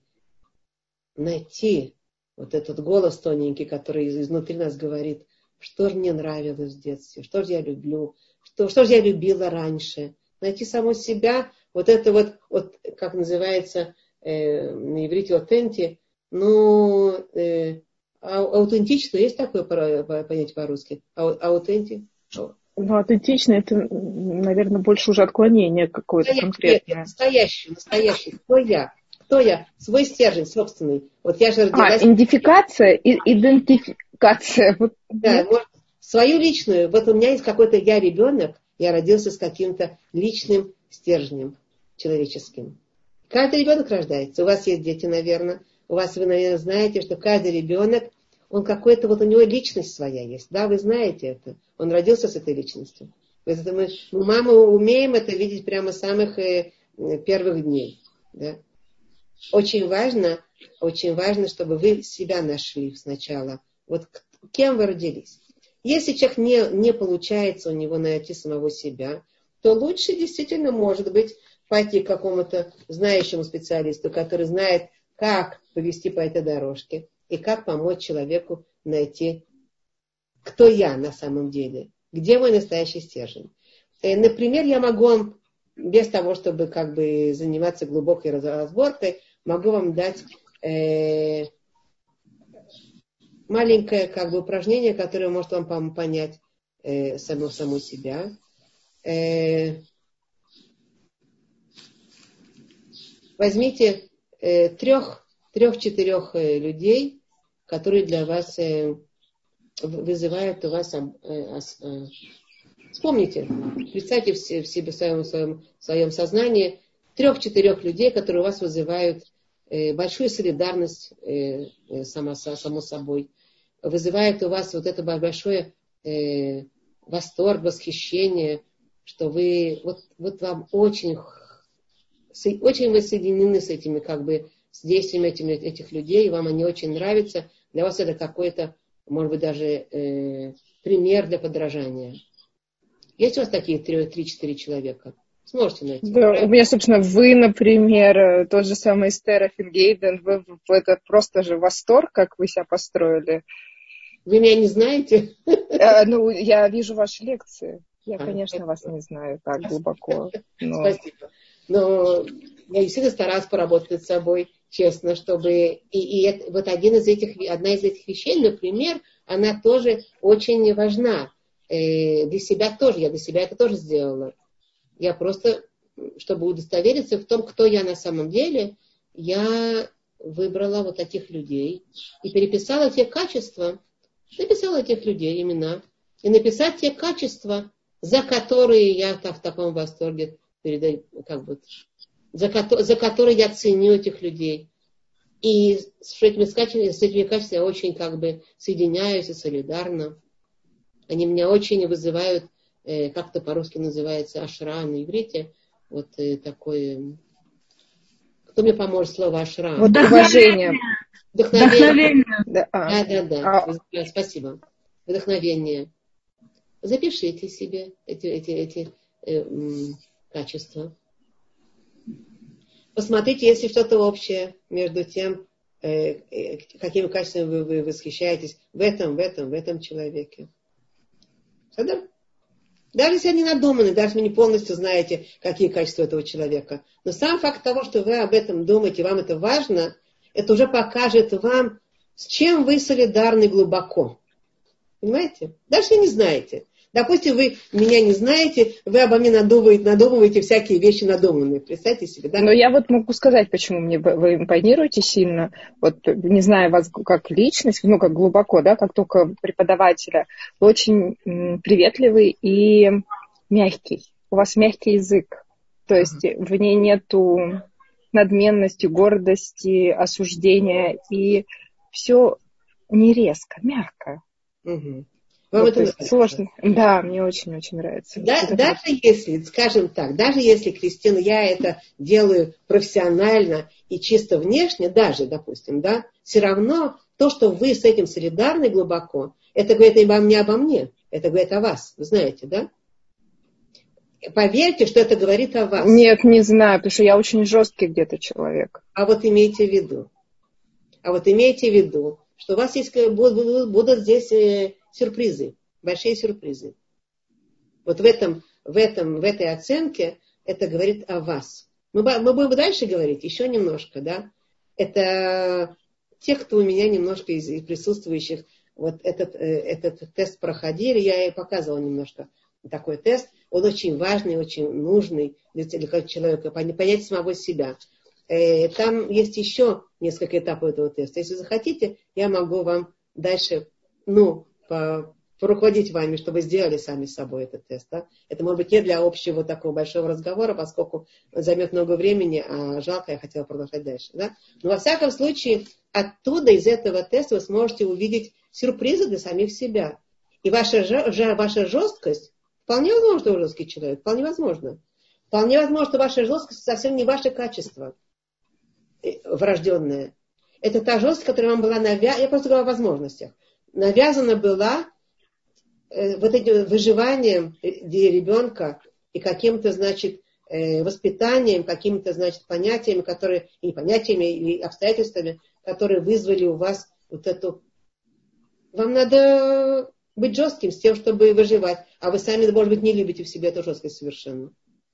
найти вот этот голос тоненький, который изнутри нас говорит, что же мне нравилось в детстве, что же я люблю, что, что же я любила раньше. Найти саму себя, вот это вот, вот как называется э, на иврите аутенти, ну, э, аутентично, есть такое понятие по-русски? Аутенти? Ну, аутентично, это, наверное, больше уже отклонение какое-то конкретное. Нет, настоящий, настоящий. Кто я? Кто я? Свой стержень собственный. Вот я же родилась... А, идентификация, идентификация. Вот, да, может, свою личную. Вот у меня есть какой-то я ребенок, я родился с каким-то личным стержнем человеческим. Каждый ребенок рождается. У вас есть дети, наверное. У вас, вы, наверное, знаете, что каждый ребенок, он какой-то, вот у него личность своя есть. Да, вы знаете это. Он родился с этой личностью. Мы, мы мамы умеем это видеть прямо с самых э, первых дней. Да? Очень важно, очень важно, чтобы вы себя нашли сначала. Вот кем вы родились. Если человек не, не получается у него найти самого себя, то лучше действительно, может быть, пойти к какому-то знающему специалисту, который знает, как повести по этой дорожке и как помочь человеку найти, кто я на самом деле, где мой настоящий стержень. И, например, я могу вам, без того, чтобы как бы заниматься глубокой разборкой, могу вам дать э, маленькое как бы упражнение, которое может вам понять. э, само, саму себя. Э, возьмите э, трех, трех-четырех э, людей, которые для вас э, вызывают у вас... Э, э, вспомните, представьте в себе в своем, в своем, в своем сознании трех-четырех людей, которые у вас вызывают э, большую солидарность э, э, само, само собой, вызывает у вас вот это большое э, восторг, восхищение, что вы, вот, вот вам очень, очень вы соединены с этими, как бы, с действиями этими, этих людей, вам они очень нравятся, для вас это какой-то, может быть, даже э, пример для подражания. Есть у вас такие три-четыре человека? Сможете найти? Да, у меня, собственно, вы, например, тот же самый Эстер Фингейден, вы, вы, это просто же восторг, как вы себя построили. Вы меня не знаете? А, ну, я вижу ваши лекции. Я, а, конечно, спасибо. вас не знаю так глубоко. Но... Спасибо. Но я действительно старалась поработать над собой, честно, чтобы... И, и это, вот один из этих, одна из этих вещей, например, она тоже очень важна. Э, для себя тоже. Я для себя это тоже сделала. Я просто, чтобы удостовериться в том, кто я на самом деле, я выбрала вот таких людей и переписала те качества, написала этих людей имена, и написать те качества, за которые я так, в таком восторге передаю, как бы, за, за которые я ценю этих людей. И с этими качествами, с этими качествами я очень как бы соединяюсь и солидарна. Они меня очень вызывают, э, как-то по-русски называется ашра на иврите, вот э, такое... Кто мне поможет слово ашра? Вот уважение. Вдохновение. Вдохновение. Да, да, да. да. А... Спасибо. Вдохновение. Запишите себе эти, эти, эти э, м, качества. Посмотрите, есть ли что-то общее между тем, э, э, какими качествами вы, вы восхищаетесь в этом, в этом, в этом человеке. Да? Даже если они надуманы, даже если вы не полностью знаете, какие качества этого человека. Но сам факт того, что вы об этом думаете, вам это важно, это уже покажет вам, с чем вы солидарны глубоко. Понимаете? Даже если не знаете. Допустим, вы меня не знаете, вы обо мне надумываете, надумываете всякие вещи надуманные. Представьте себе, да? Но я вот могу сказать, почему мне вы импонируете сильно. Вот не зная вас как личность, ну, как глубоко, да, как только преподавателя, вы очень приветливый и мягкий. У вас мягкий язык. То есть uh-huh. в ней нету надменности, гордости, осуждения. И все не резко, мягко. Uh-huh. Вам вот, это нравится? Сложно. Да, мне очень-очень нравится. Да, даже хорошо. Если, скажем так, даже если, Кристина, я это делаю профессионально и чисто внешне, даже, допустим, да, все равно то, что вы с этим солидарны глубоко, это говорит не обо мне, это говорит о вас, вы знаете, да? Поверьте, что это говорит о вас. Нет, не знаю, потому что я очень жесткий где-то человек. А вот имейте в виду, а вот имейте в виду, что у вас есть, будут, будут здесь сюрпризы, большие сюрпризы. Вот в этом, в этом, в этой оценке это говорит о вас. Мы, мы будем дальше говорить, еще немножко, да. Это те, кто у меня немножко из, из присутствующих вот этот, этот тест проходили, я и показывала немножко такой тест. Он очень важный, очень нужный для человека, понять самого себя. Там есть еще несколько этапов этого теста. Если захотите, я могу вам дальше, ну, по поруководить вами, чтобы сделали сами с собой этот тест. Да? Это может быть не для общего такого большого разговора, поскольку он займет много времени, а жалко, я хотела продолжать дальше. Да? Но во всяком случае, оттуда, из этого теста вы сможете увидеть сюрпризы для самих себя. И ваша, ваша жесткость, вполне возможно, что вы жесткий человек, вполне возможно. Вполне возможно, что ваша жесткость совсем не ваше качество врожденное. Это та жесткость, которая вам была навязана, я просто говорю о возможностях, навязана была вот этим выживанием ребенка и каким-то, значит, воспитанием, какими-то, значит, понятиями, которые, и понятиями, и обстоятельствами, которые вызвали у вас вот эту... Вам надо быть жестким с тем, чтобы выживать, а вы сами, может быть, не любите в себе эту жесткость совершенно.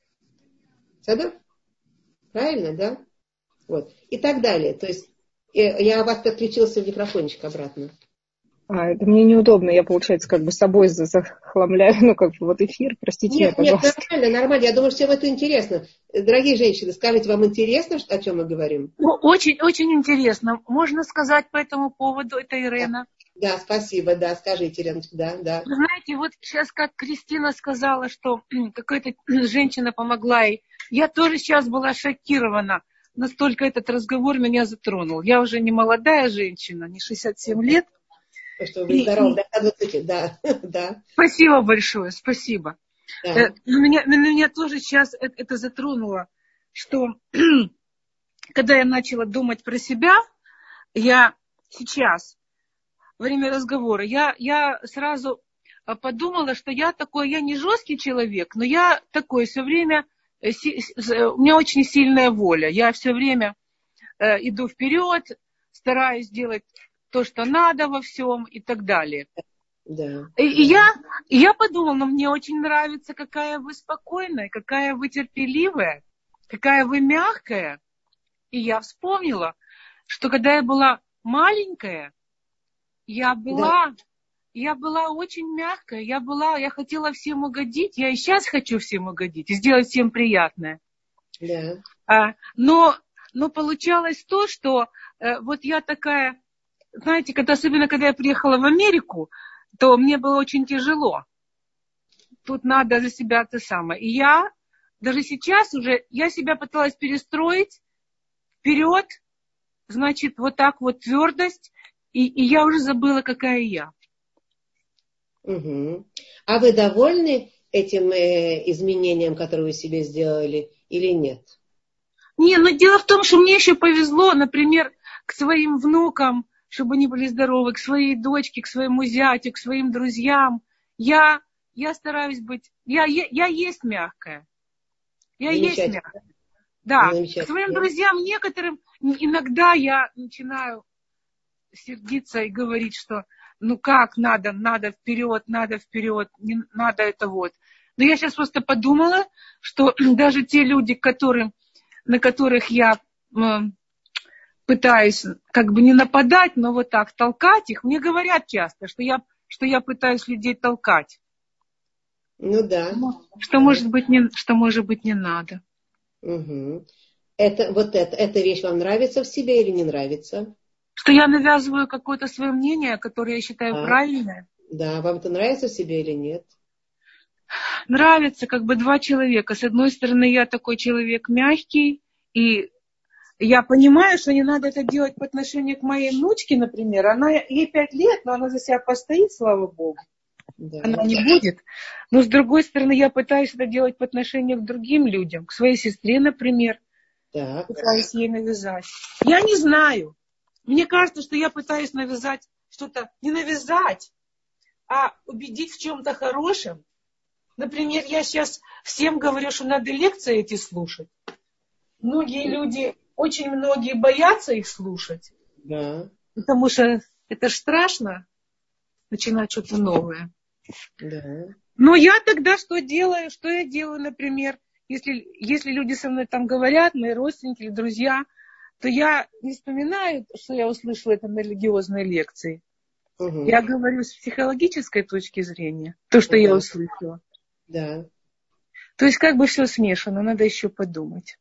Сада? Правильно, да? Вот. И так далее. То есть я у вас подключился в микрофончик обратно. А, это мне неудобно, я, получается, как бы собой захламляю, ну, как бы, вот эфир, простите Нет, меня, нет, пожалуйста. нормально, нормально. Я думаю, всем это интересно. Дорогие женщины, скажите, вам интересно, о чем мы говорим? Ну, очень, очень интересно. Можно сказать по этому поводу, это Ирена. Да, да, спасибо, да, скажите, Иреночка, да, да. Вы знаете, вот сейчас, как Кристина сказала, что какая-то женщина помогла ей, я тоже сейчас была шокирована. Настолько этот разговор меня затронул. Я уже не молодая женщина, не шестьдесят семь лет. Что вы здоровы, да, да, да. Спасибо большое, спасибо. Да. На меня, на меня тоже сейчас это, это затронуло, что когда я начала думать про себя, я сейчас, во время разговора, я, я сразу подумала, что я такой, я не жесткий человек, но я такой все время, у меня очень сильная воля, я все время иду вперед, стараюсь делать то, что надо во всем и так далее. Да. И, и, я, и я подумала, ну, мне очень нравится, какая вы спокойная, какая вы терпеливая, какая вы мягкая. И я вспомнила, что когда я была маленькая, я была, да. я была очень мягкая, я была, я хотела всем угодить, я и сейчас хочу всем угодить и сделать всем приятное. Да. А, но, но получалось то, что э, вот я такая, знаете, когда, особенно когда я приехала в Америку, то мне было очень тяжело. Тут надо за себя то самое. И я даже сейчас уже, я себя пыталась перестроить вперед, значит, вот так вот твердость, и, и я уже забыла, какая я. Угу. А вы довольны этим э, изменением, которое вы себе сделали, или нет? Не, но дело в том, что мне еще повезло, например, к своим внукам, чтобы они были здоровы, к своей дочке, к своему зятю, к своим друзьям. Я, я стараюсь быть... Я, я, я есть мягкая. Я есть мягкая. Да, к своим друзьям некоторым иногда я начинаю сердиться и говорить, что ну как, надо, надо вперед, надо вперед, не надо это вот. Но я сейчас просто подумала, что даже те люди, которым, на которых я... пытаюсь как бы не нападать, но вот так толкать их. Мне говорят часто, что я, что я пытаюсь людей толкать. Ну да. Что, да. Может быть, не, что может быть не надо. Угу. Это, вот это, эта вещь вам нравится в себе или не нравится? Что я навязываю какое-то свое мнение, которое я считаю а, правильное. Да, вам это нравится в себе или нет? Нравится как бы два человека. С одной стороны, я такой человек мягкий, и я понимаю, что не надо это делать по отношению к моей внучке, например. Она, ей пять лет, но она за себя постоит, слава Богу. Да. Она не будет. Но с другой стороны, я пытаюсь это делать по отношению к другим людям. К своей сестре, например. Так. Пытаюсь ей навязать. Я не знаю. Мне кажется, что я пытаюсь навязать что-то, не навязать, а убедить в чем-то хорошем. Например, я сейчас всем говорю, что надо лекции эти слушать. Многие люди... Очень многие боятся их слушать. Да. Потому что это ж страшно начинать что-то новое. Да. Но я тогда что делаю? Что я делаю, например, если, если люди со мной там говорят, мои родственники или друзья, то я не вспоминаю, что я услышала это на религиозной лекции. Угу. Я говорю с психологической точки зрения, то, что да. я услышала. Да. То есть как бы все смешано, надо еще подумать.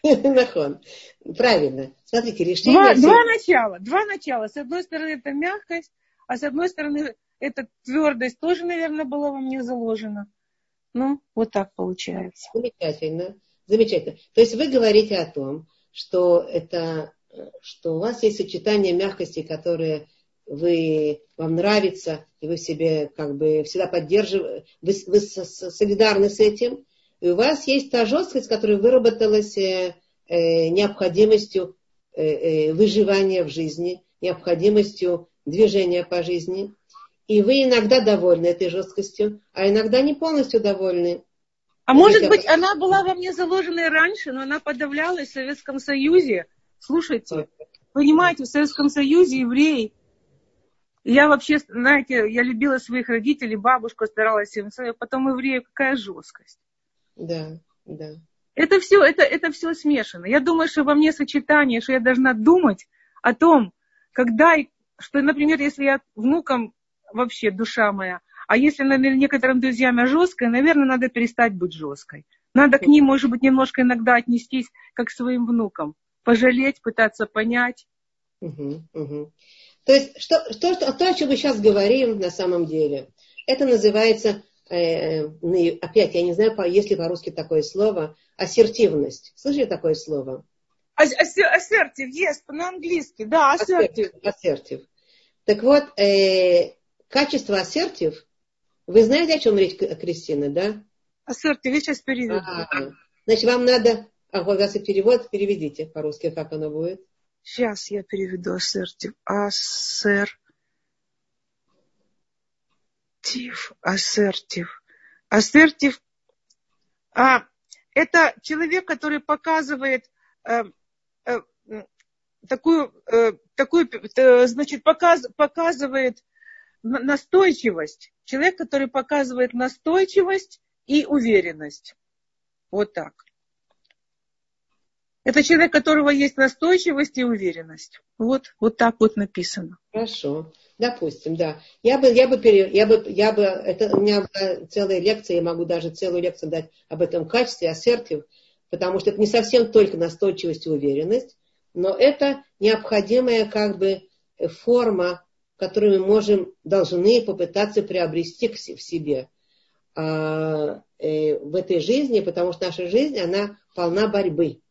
Правильно. Смотрите, решение... Два, два начала. Два начала. С одной стороны, это мягкость, а с одной стороны, эта твердость тоже, наверное, была во мне заложена. Ну, вот так получается. Замечательно. Замечательно. То есть вы говорите о том, что, это, что у вас есть сочетание мягкости, которое вы, вам нравится, и вы в себе как бы всегда поддерживаете, вы, вы солидарны с этим. И у вас есть та жесткость, которая выработалась э, э, необходимостью э, э, выживания в жизни, необходимостью движения по жизни. И вы иногда довольны этой жесткостью, а иногда не полностью довольны. А может быть, я... она была во мне заложена и раньше, но она подавлялась в Советском Союзе. Слушайте, понимаете, в Советском Союзе евреи... Я вообще, знаете, я любила своих родителей, бабушку старалась им, потом евреи, какая жесткость. Да, да. Это все, это, это все смешано. Я думаю, что во мне сочетание, что я должна думать о том, когда, что, например, если я внукам вообще душа моя. А если, наверное, некоторым друзьям я жесткая, наверное, надо перестать быть жесткой. Надо к ним, может быть, немножко иногда отнестись, как к своим внукам. Пожалеть, пытаться понять. Угу, угу. То есть, что, что, что, то, о чем мы сейчас говорим на самом деле, это называется, э, опять, я не знаю, есть ли по-русски такое слово, ассертивность. Слышали такое слово? Ассертив, есть, на-английски, да, ассертив. Ассертив. Так вот, э, качество ассертив, вы знаете, о чем речь, Кристина, да? Ассертив, я сейчас переведу. А, значит, вам надо, а вот раз и перевод, переведите по-русски, как оно будет. Сейчас я переведу ассертив. Ассертив. Ассертив. Ассертив. А, это человек, который показывает э, э, такую, э, такую э, значит, показ, показывает настойчивость. Человек, который показывает настойчивость и уверенность. Вот так. Это человек, у которого есть настойчивость и уверенность. Вот, вот так вот написано. Хорошо. Допустим, да. Я бы, я бы, пере, я бы, я бы, это у меня была целая лекция, я могу даже целую лекцию дать об этом качестве, ассертив, потому что это не совсем только настойчивость и уверенность, но это необходимая как бы форма, которую мы можем, должны попытаться приобрести в себе а, э, в этой жизни, потому что наша жизнь, она полна борьбы.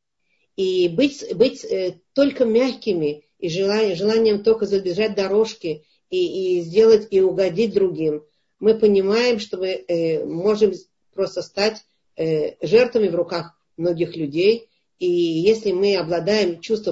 И быть, быть э, только мягкими и желанием, желанием только забежать дорожки и, и сделать и угодить другим, мы понимаем, что мы э, можем просто стать э, жертвами в руках многих людей. И если мы обладаем чувством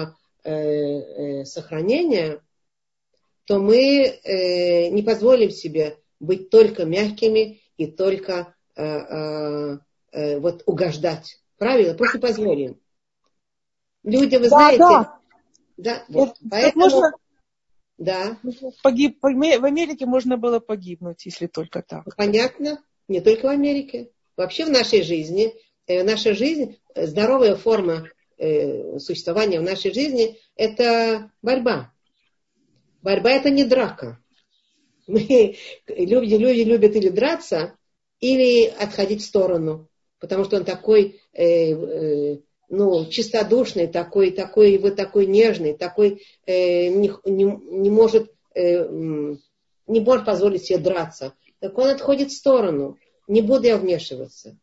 самосохранения, то мы э, не позволим себе быть только мягкими и только э, э, э, вот угождать. Правильно? Просто позволим. Люди, вы да, знаете, да. Да, вот. Это, Поэтому, можно, да. Погиб, в Америке можно было погибнуть, если только так. Понятно? Не только в Америке. Вообще в нашей жизни, э, наша жизнь, здоровая форма э, существования в нашей жизни – это борьба. Борьба – это не драка. Мы, люди, люди любят или драться, или отходить в сторону, потому что он такой, э, э, ну, чистодушный, такой, такой, вот такой нежный, такой э, не, не, не может, э, не может позволить себе драться. Так он отходит в сторону. Не буду я вмешиваться.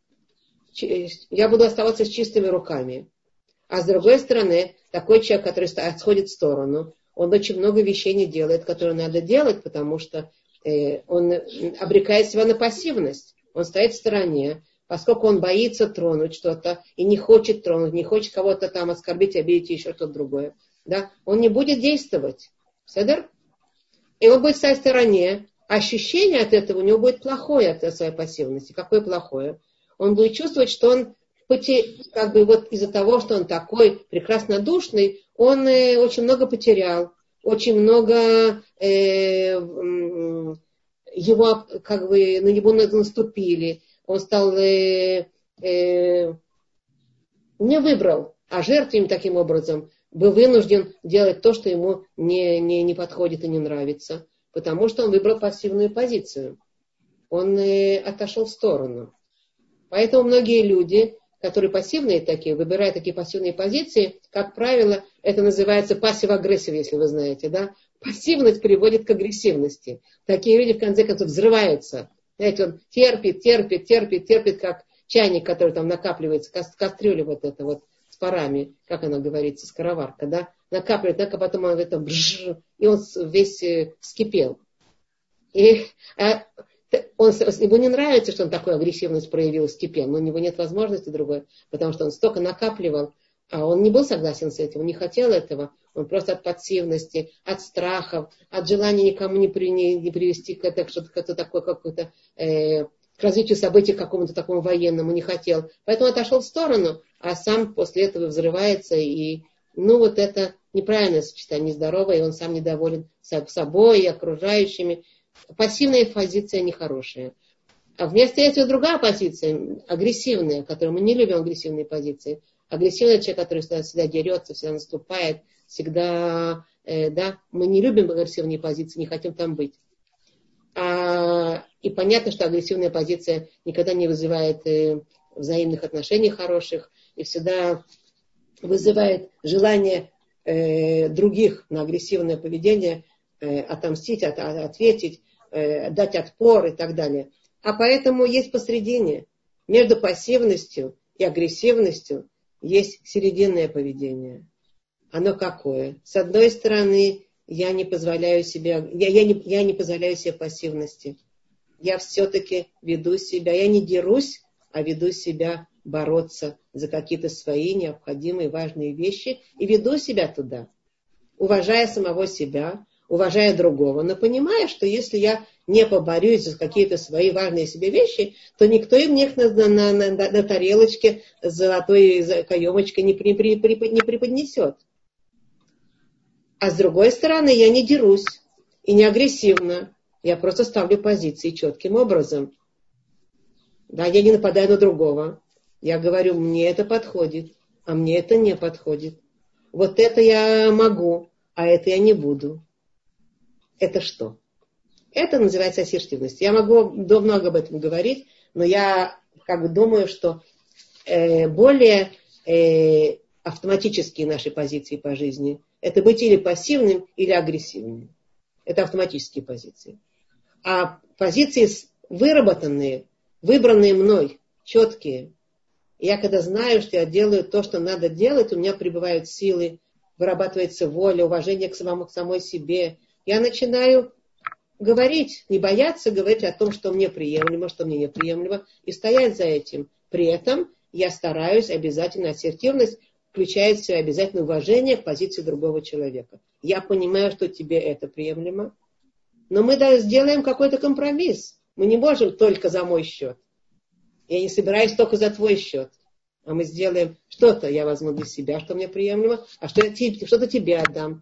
Я буду оставаться с чистыми руками. А с другой стороны, такой человек, который отходит в сторону, он очень много вещей не делает, которые надо делать, потому что э, он обрекает себя на пассивность. Он стоит в стороне, поскольку он боится тронуть что-то и не хочет тронуть, не хочет кого-то там оскорбить, обидеть и еще что-то другое. Да? Он не будет действовать. Седер? И он будет стоять в стороне. Ощущение от этого у него будет плохое от своей пассивности. Какое плохое? Он будет чувствовать, что он как бы вот из-за того, что он такой прекраснодушный, он э, очень много потерял, очень много э, его, как бы, на него наступили, он стал э, э, не выбрал, а жертвой таким образом был вынужден делать то, что ему не, не, не подходит и не нравится, потому что он выбрал пассивную позицию, он э, отошел в сторону. Поэтому многие люди, которые пассивные такие, выбирают такие пассивные позиции, как правило, это называется пассив-агрессив, если вы знаете, да. Пассивность приводит к агрессивности. Такие люди, в конце концов, взрываются. Знаете, он терпит, терпит, терпит, терпит, как чайник, который там накапливается, кастрюля вот эта вот с парами, как она говорится, скороварка, да, накапливает, так, а потом он это бжж, и он весь вскипел. И а, Он, ему не нравится, что он такую агрессивность проявил, вскипел, но у него нет возможности другой, потому что он столько накапливал, а он не был согласен с этим, он не хотел этого, он просто от пассивности, от страхов, от желания никому не, при, не, не привести к, это, что-то такое, какое-то, э, к развитию событий к какому-то такому военному не хотел. Поэтому отошел в сторону, а сам после этого взрывается, и ну вот это неправильное сочетание, нездоровое, и он сам недоволен собой и окружающими. Пассивная позиция нехорошая. А вместо этого другая позиция, агрессивная, которую мы не любим, агрессивные позиции. Агрессивный человек, который всегда, всегда дерется, всегда наступает, всегда, э, да, мы не любим агрессивные позиции, не хотим там быть. А, и понятно, что агрессивная позиция никогда не вызывает э, взаимных отношений хороших и всегда вызывает желание э, других на агрессивное поведение э, отомстить, от, от, ответить, э, дать отпор и так далее. А поэтому есть посредине, между пассивностью и агрессивностью есть серединное поведение. Оно какое? С одной стороны, я не позволяю себе, я, я, не, я не позволяю себе пассивности. Я все-таки веду себя, я не дерусь, а веду себя бороться за какие-то свои необходимые, важные вещи и веду себя туда, уважая самого себя, уважая другого, но понимая, что если я не поборюсь за какие-то свои важные себе вещи, то никто им их на, на, на, на, на тарелочке с золотой каемочкой не, при, при, при, не преподнесет. А с другой стороны, я не дерусь и не агрессивно. Я просто ставлю позиции четким образом. Да, я не нападаю на другого. Я говорю, мне это подходит, а мне это не подходит. Вот это я могу, а это я не буду. Это что? Это называется ассертивность. Я могу много об этом говорить, но я как бы думаю, что э, более э, автоматические наши позиции по жизни – это быть или пассивным, или агрессивным. Это автоматические позиции. А позиции выработанные, выбранные мной, четкие. Я когда знаю, что я делаю то, что надо делать, у меня прибывают силы, вырабатывается воля, уважение к самому, к самой себе. Я начинаю говорить, не бояться говорить о том, что мне приемлемо, что мне неприемлемо, и стоять за этим. При этом я стараюсь обязательно, ассертивность включает в себя обязательно уважение к позиции другого человека. Я понимаю, что тебе это приемлемо, но мы даже сделаем какой-то компромисс. Мы не можем только за мой счет. Я не собираюсь только за твой счет. А мы сделаем что-то, я возьму для себя, что мне приемлемо, а что я, что-то тебе отдам.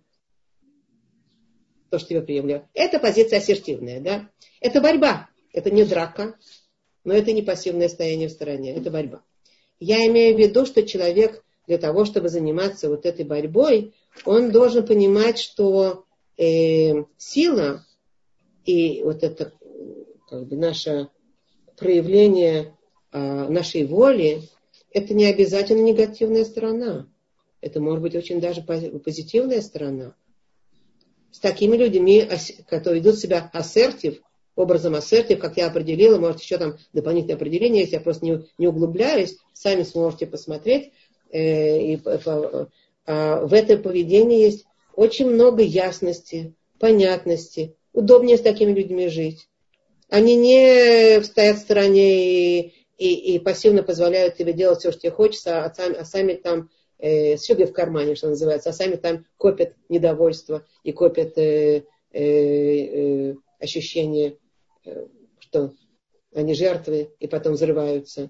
То, что тебе приемлемо. Это позиция ассертивная, да? Это борьба. Это не драка, но это не пассивное стояние в стороне. Это борьба. Я имею в виду, что человек для того, чтобы заниматься вот этой борьбой, он должен понимать, что э, сила и вот это как бы наше проявление э, нашей воли, это не обязательно негативная сторона. Это может быть очень даже позитивная сторона. С такими людьми, которые ведут себя ассертив, образом ассертив, как я определила, может еще там дополнительное определение, если я просто не, не углубляюсь, сами сможете посмотреть. Э, и, э, э, в этом поведении есть очень много ясности, понятности. Удобнее с такими людьми жить. Они не стоят в стороне и, и, и пассивно позволяют тебе делать все, что тебе хочется, а сами, а сами там э, с шубой в кармане, что называется, а сами там копят недовольство и копят э, э, э, ощущение, э, что они жертвы и потом взрываются.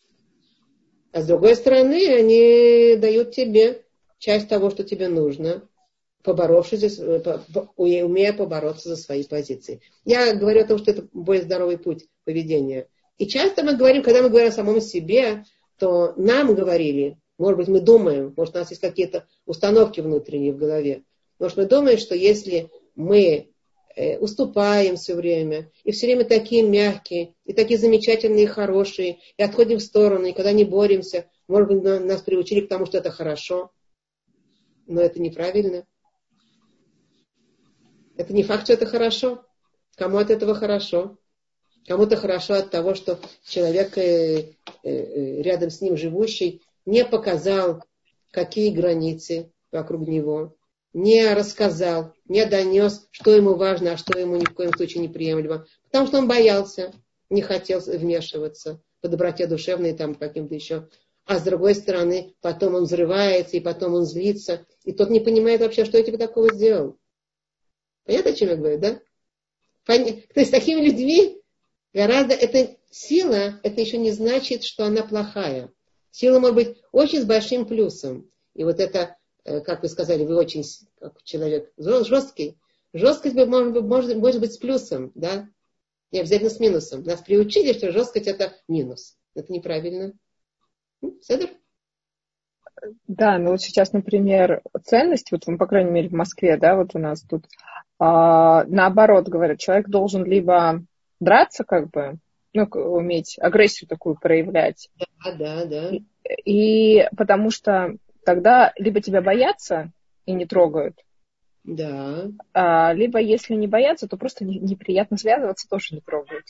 А с другой стороны, они дают тебе часть того, что тебе нужно, поборовшись, умея побороться за свои позиции. Я говорю о том, что это более здоровый путь поведения. И часто мы говорим, когда мы говорим о самом себе, то нам говорили, может быть, мы думаем, может, у нас есть какие-то установки внутренние в голове. Может, мы думаем, что если мы э, уступаем все время, и все время такие мягкие, и такие замечательные, и хорошие, и отходим в сторону, и когда не боремся, может быть, нас приучили к тому, что это хорошо. Но это неправильно. Это не факт, что это хорошо. Кому от этого хорошо? Кому-то хорошо от того, что человек, э, э, рядом с ним живущий, не показал, какие границы вокруг него, не рассказал, не донес, что ему важно, а что ему ни в коем случае неприемлемо. Потому что он боялся, не хотел вмешиваться по доброте душевной, там, каким-то еще. А с другой стороны, потом он взрывается, и потом он злится, и тот не понимает вообще, что я тебе такого сделал. Понятно, о чем я говорю, да? Пон... То есть с такими людьми гораздо эта сила, это еще не значит, что она плохая. Сила может быть очень с большим плюсом. И вот это, как вы сказали, вы очень, как человек жесткий, жесткость может, может, может быть с плюсом, да? Не обязательно с минусом. Нас приучили, что жесткость это минус. Это неправильно. Седер? Да, ну вот сейчас, например, ценность, вот, ну, по крайней мере, в Москве, да, вот у нас тут, а, наоборот, говорят, человек должен либо драться, как бы, ну, к- уметь агрессию такую проявлять, Да, да, да. и, и потому что тогда либо тебя боятся и не трогают, Да. а, либо если не боятся, то просто не- неприятно связываться, тоже не трогают.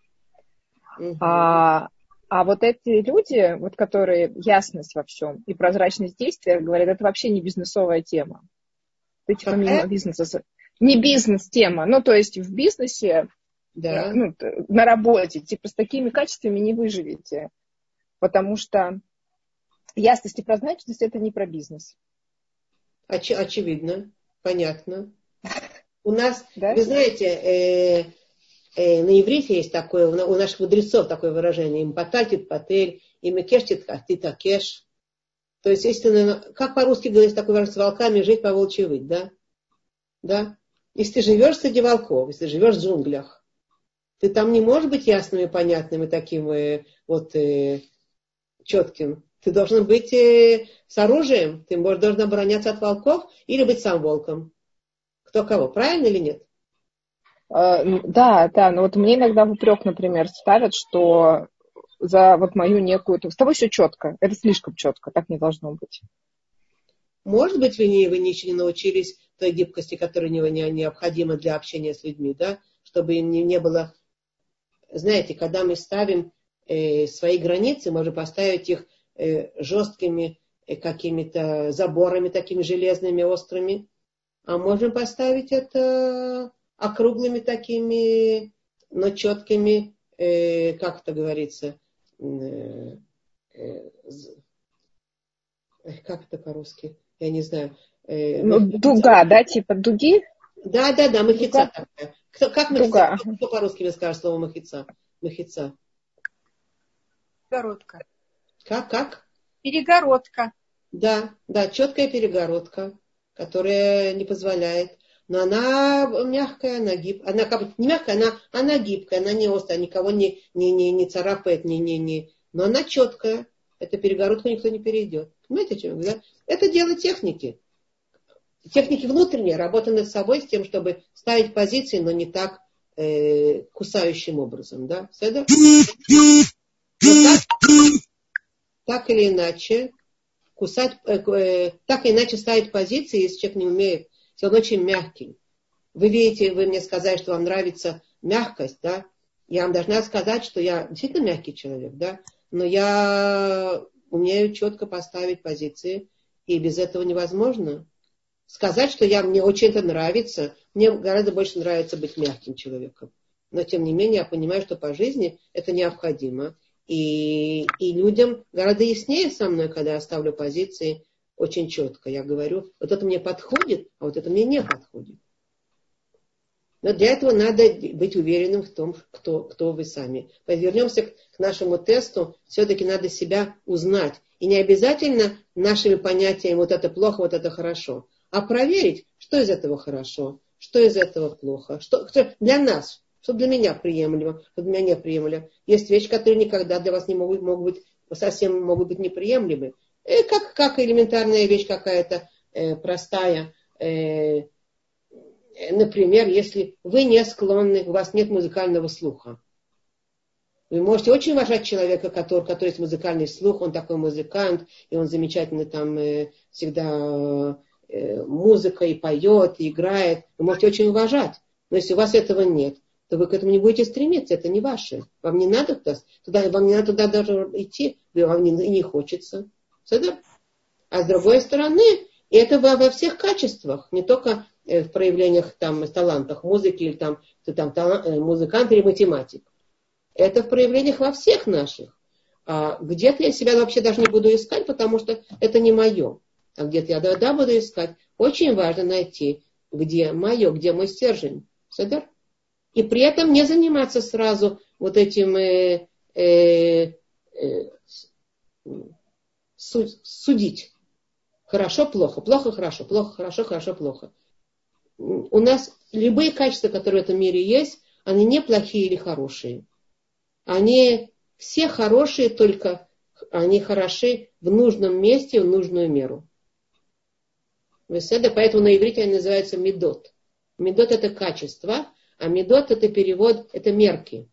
Угу. А, а вот эти люди, вот которые ясность во всем и прозрачность действия, говорят, это вообще не бизнесовая тема. Ты типа Какая? мимо бизнеса. с- Не бизнес-тема. Ну, то есть в бизнесе, э, Да. ну, т- на работе, типа с такими качествами не выживете. Потому что ясность и прозрачность это не про бизнес. Оч- очевидно. Понятно. У нас, Да? вы знаете, э, э, на иврите есть такое, у на- у наших мудрецов такое выражение. Им патальтит патель, им кештит такеш. То есть, если ты, на- как по-русски говорить такое выражение, с волками жить, по волчьи выть, да? Да? Если ты живешь среди волков, если ты живешь в джунглях, ты там не можешь быть ясным и понятным и таким э, вот э, четким. Ты должен быть э, с оружием, ты можешь, должен обороняться от волков или быть сам волком. Кто кого, правильно или нет? Э, н- Да, да, но вот мне иногда в упрек, например, ставят, что за вот мою некую... С тобой все четко, это слишком четко, так не должно быть. Может быть, вы, не, вы не, еще не научились той гибкости, которая не, не, необходима для общения с людьми, да? Чтобы им не, не было... Знаете, когда мы ставим э, свои границы, можем поставить их э, жесткими э, какими-то заборами такими железными, острыми, а можем поставить это округлыми такими, но четкими, э, как это говорится, э, э, как это по-русски, я не знаю. Э, Ну, дуга, да, типа дуги? да, да, да, махица Дуга? такая. Кто, как махица? Дуга. Кто по-русски мне скажет слово махица? Махица. Перегородка. Как, как? Перегородка. Да, да, четкая перегородка, которая не позволяет. Но она мягкая, она гибкая. Она как бы не мягкая, она, она гибкая, она не острая, никого не, не, не, не царапает, не, не, не. Но она четкая. Эту перегородку никто не перейдет. Понимаете, о чем я говорю? Да? Это дело техники. Техники внутренние, работа над собой с тем, чтобы ставить позиции, но не так э, кусающим образом. Да? Но так, так или иначе, кусать, э, э, так или иначе ставить позиции, если человек не умеет, если он очень мягкий. Вы видите, вы мне сказали, что вам нравится мягкость, да? Я вам должна сказать, что я действительно мягкий человек, да? Но я умею четко поставить позиции, и без этого невозможно. Сказать, что я, мне очень это нравится, мне гораздо больше нравится быть мягким человеком. Но, тем не менее, я понимаю, что по жизни это необходимо. И, и людям гораздо яснее со мной, когда я ставлю позиции очень четко. Я говорю, вот это мне подходит, а вот это мне не подходит. Но для этого надо быть уверенным в том, кто, кто вы сами. Вернемся к, к нашему тесту. Все-таки надо себя узнать. И не обязательно нашими понятиями вот это плохо, вот это хорошо. А проверить, что из этого хорошо, что из этого плохо. Что, что для нас, что для меня приемлемо, что для меня неприемлемо. Есть вещи, которые никогда для вас не могут, могут быть, совсем могут быть неприемлемы. И как, как элементарная вещь какая-то э, простая. Э, Например, если вы не склонны, у вас нет музыкального слуха. Вы можете очень уважать человека, который, который есть музыкальный слух, он такой музыкант, и он замечательно там э, всегда э, музыка и поет, и играет. Вы можете очень уважать. Но если у вас этого нет, то вы к этому не будете стремиться, это не ваше. Вам не надо туда, туда вам не надо туда даже идти, вам не, не хочется. А с другой стороны, это во, во всех качествах, не только в проявлениях, там, талантах музыки, или там, ты там талант, музыкант или математик. Это в проявлениях во всех наших. А где-то я себя вообще даже не буду искать, потому что это не мое. А где-то я да, да буду искать. Очень важно найти, где мое, где мой стержень. Садар? И при этом не заниматься сразу вот этим э, э, э, суд, судить. Хорошо, плохо, плохо, хорошо, плохо, хорошо, хорошо, плохо. У нас любые качества, которые в этом мире есть, они не плохие или хорошие. Они все хорошие, только они хороши в нужном месте, в нужную меру. Поэтому на иврите они называются медот. Медот это качество, а медот это перевод, это мерки.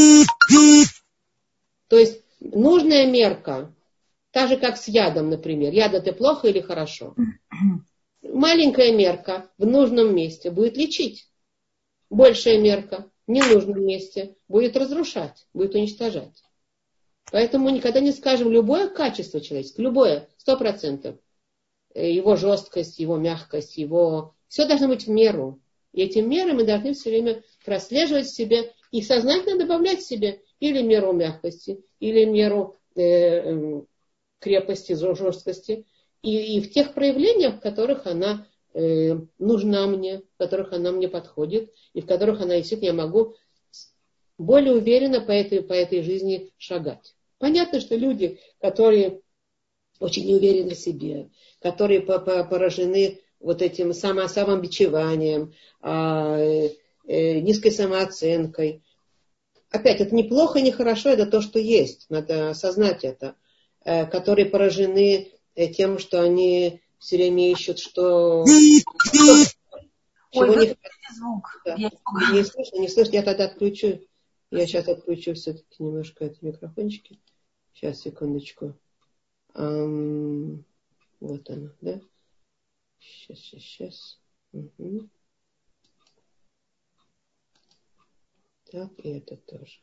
То есть нужная мерка, так же как с ядом, например. Яд это плохо или хорошо? Маленькая мерка в нужном месте будет лечить. Большая мерка в ненужном месте будет разрушать, будет уничтожать. Поэтому мы никогда не скажем любое качество человеческое, любое, сто процентов. Его жесткость, его мягкость, его... Все должно быть в меру. И эти меры мы должны все время прослеживать в себе и сознательно добавлять в себе или меру мягкости, или меру э, крепости, жесткости. И, и в тех проявлениях, в которых она э, нужна мне, в которых она мне подходит, и в которых она действительно я могу более уверенно по этой, по этой жизни шагать. Понятно, что люди, которые очень не уверены в себе, которые поражены вот этим само, самобичеванием, э, э, низкой самооценкой. Опять, это не плохо, не хорошо, это то, что есть. Надо осознать это. Э, которые поражены э, тем, что они все время ищут, что... Ой, чего не... звук. Да. Не слышно, не слышно, я тогда отключу. Я сейчас отключу все-таки немножко эти микрофончики. Сейчас, секундочку. Um, вот она, да? Сейчас, сейчас, сейчас. Угу. Так, и это тоже.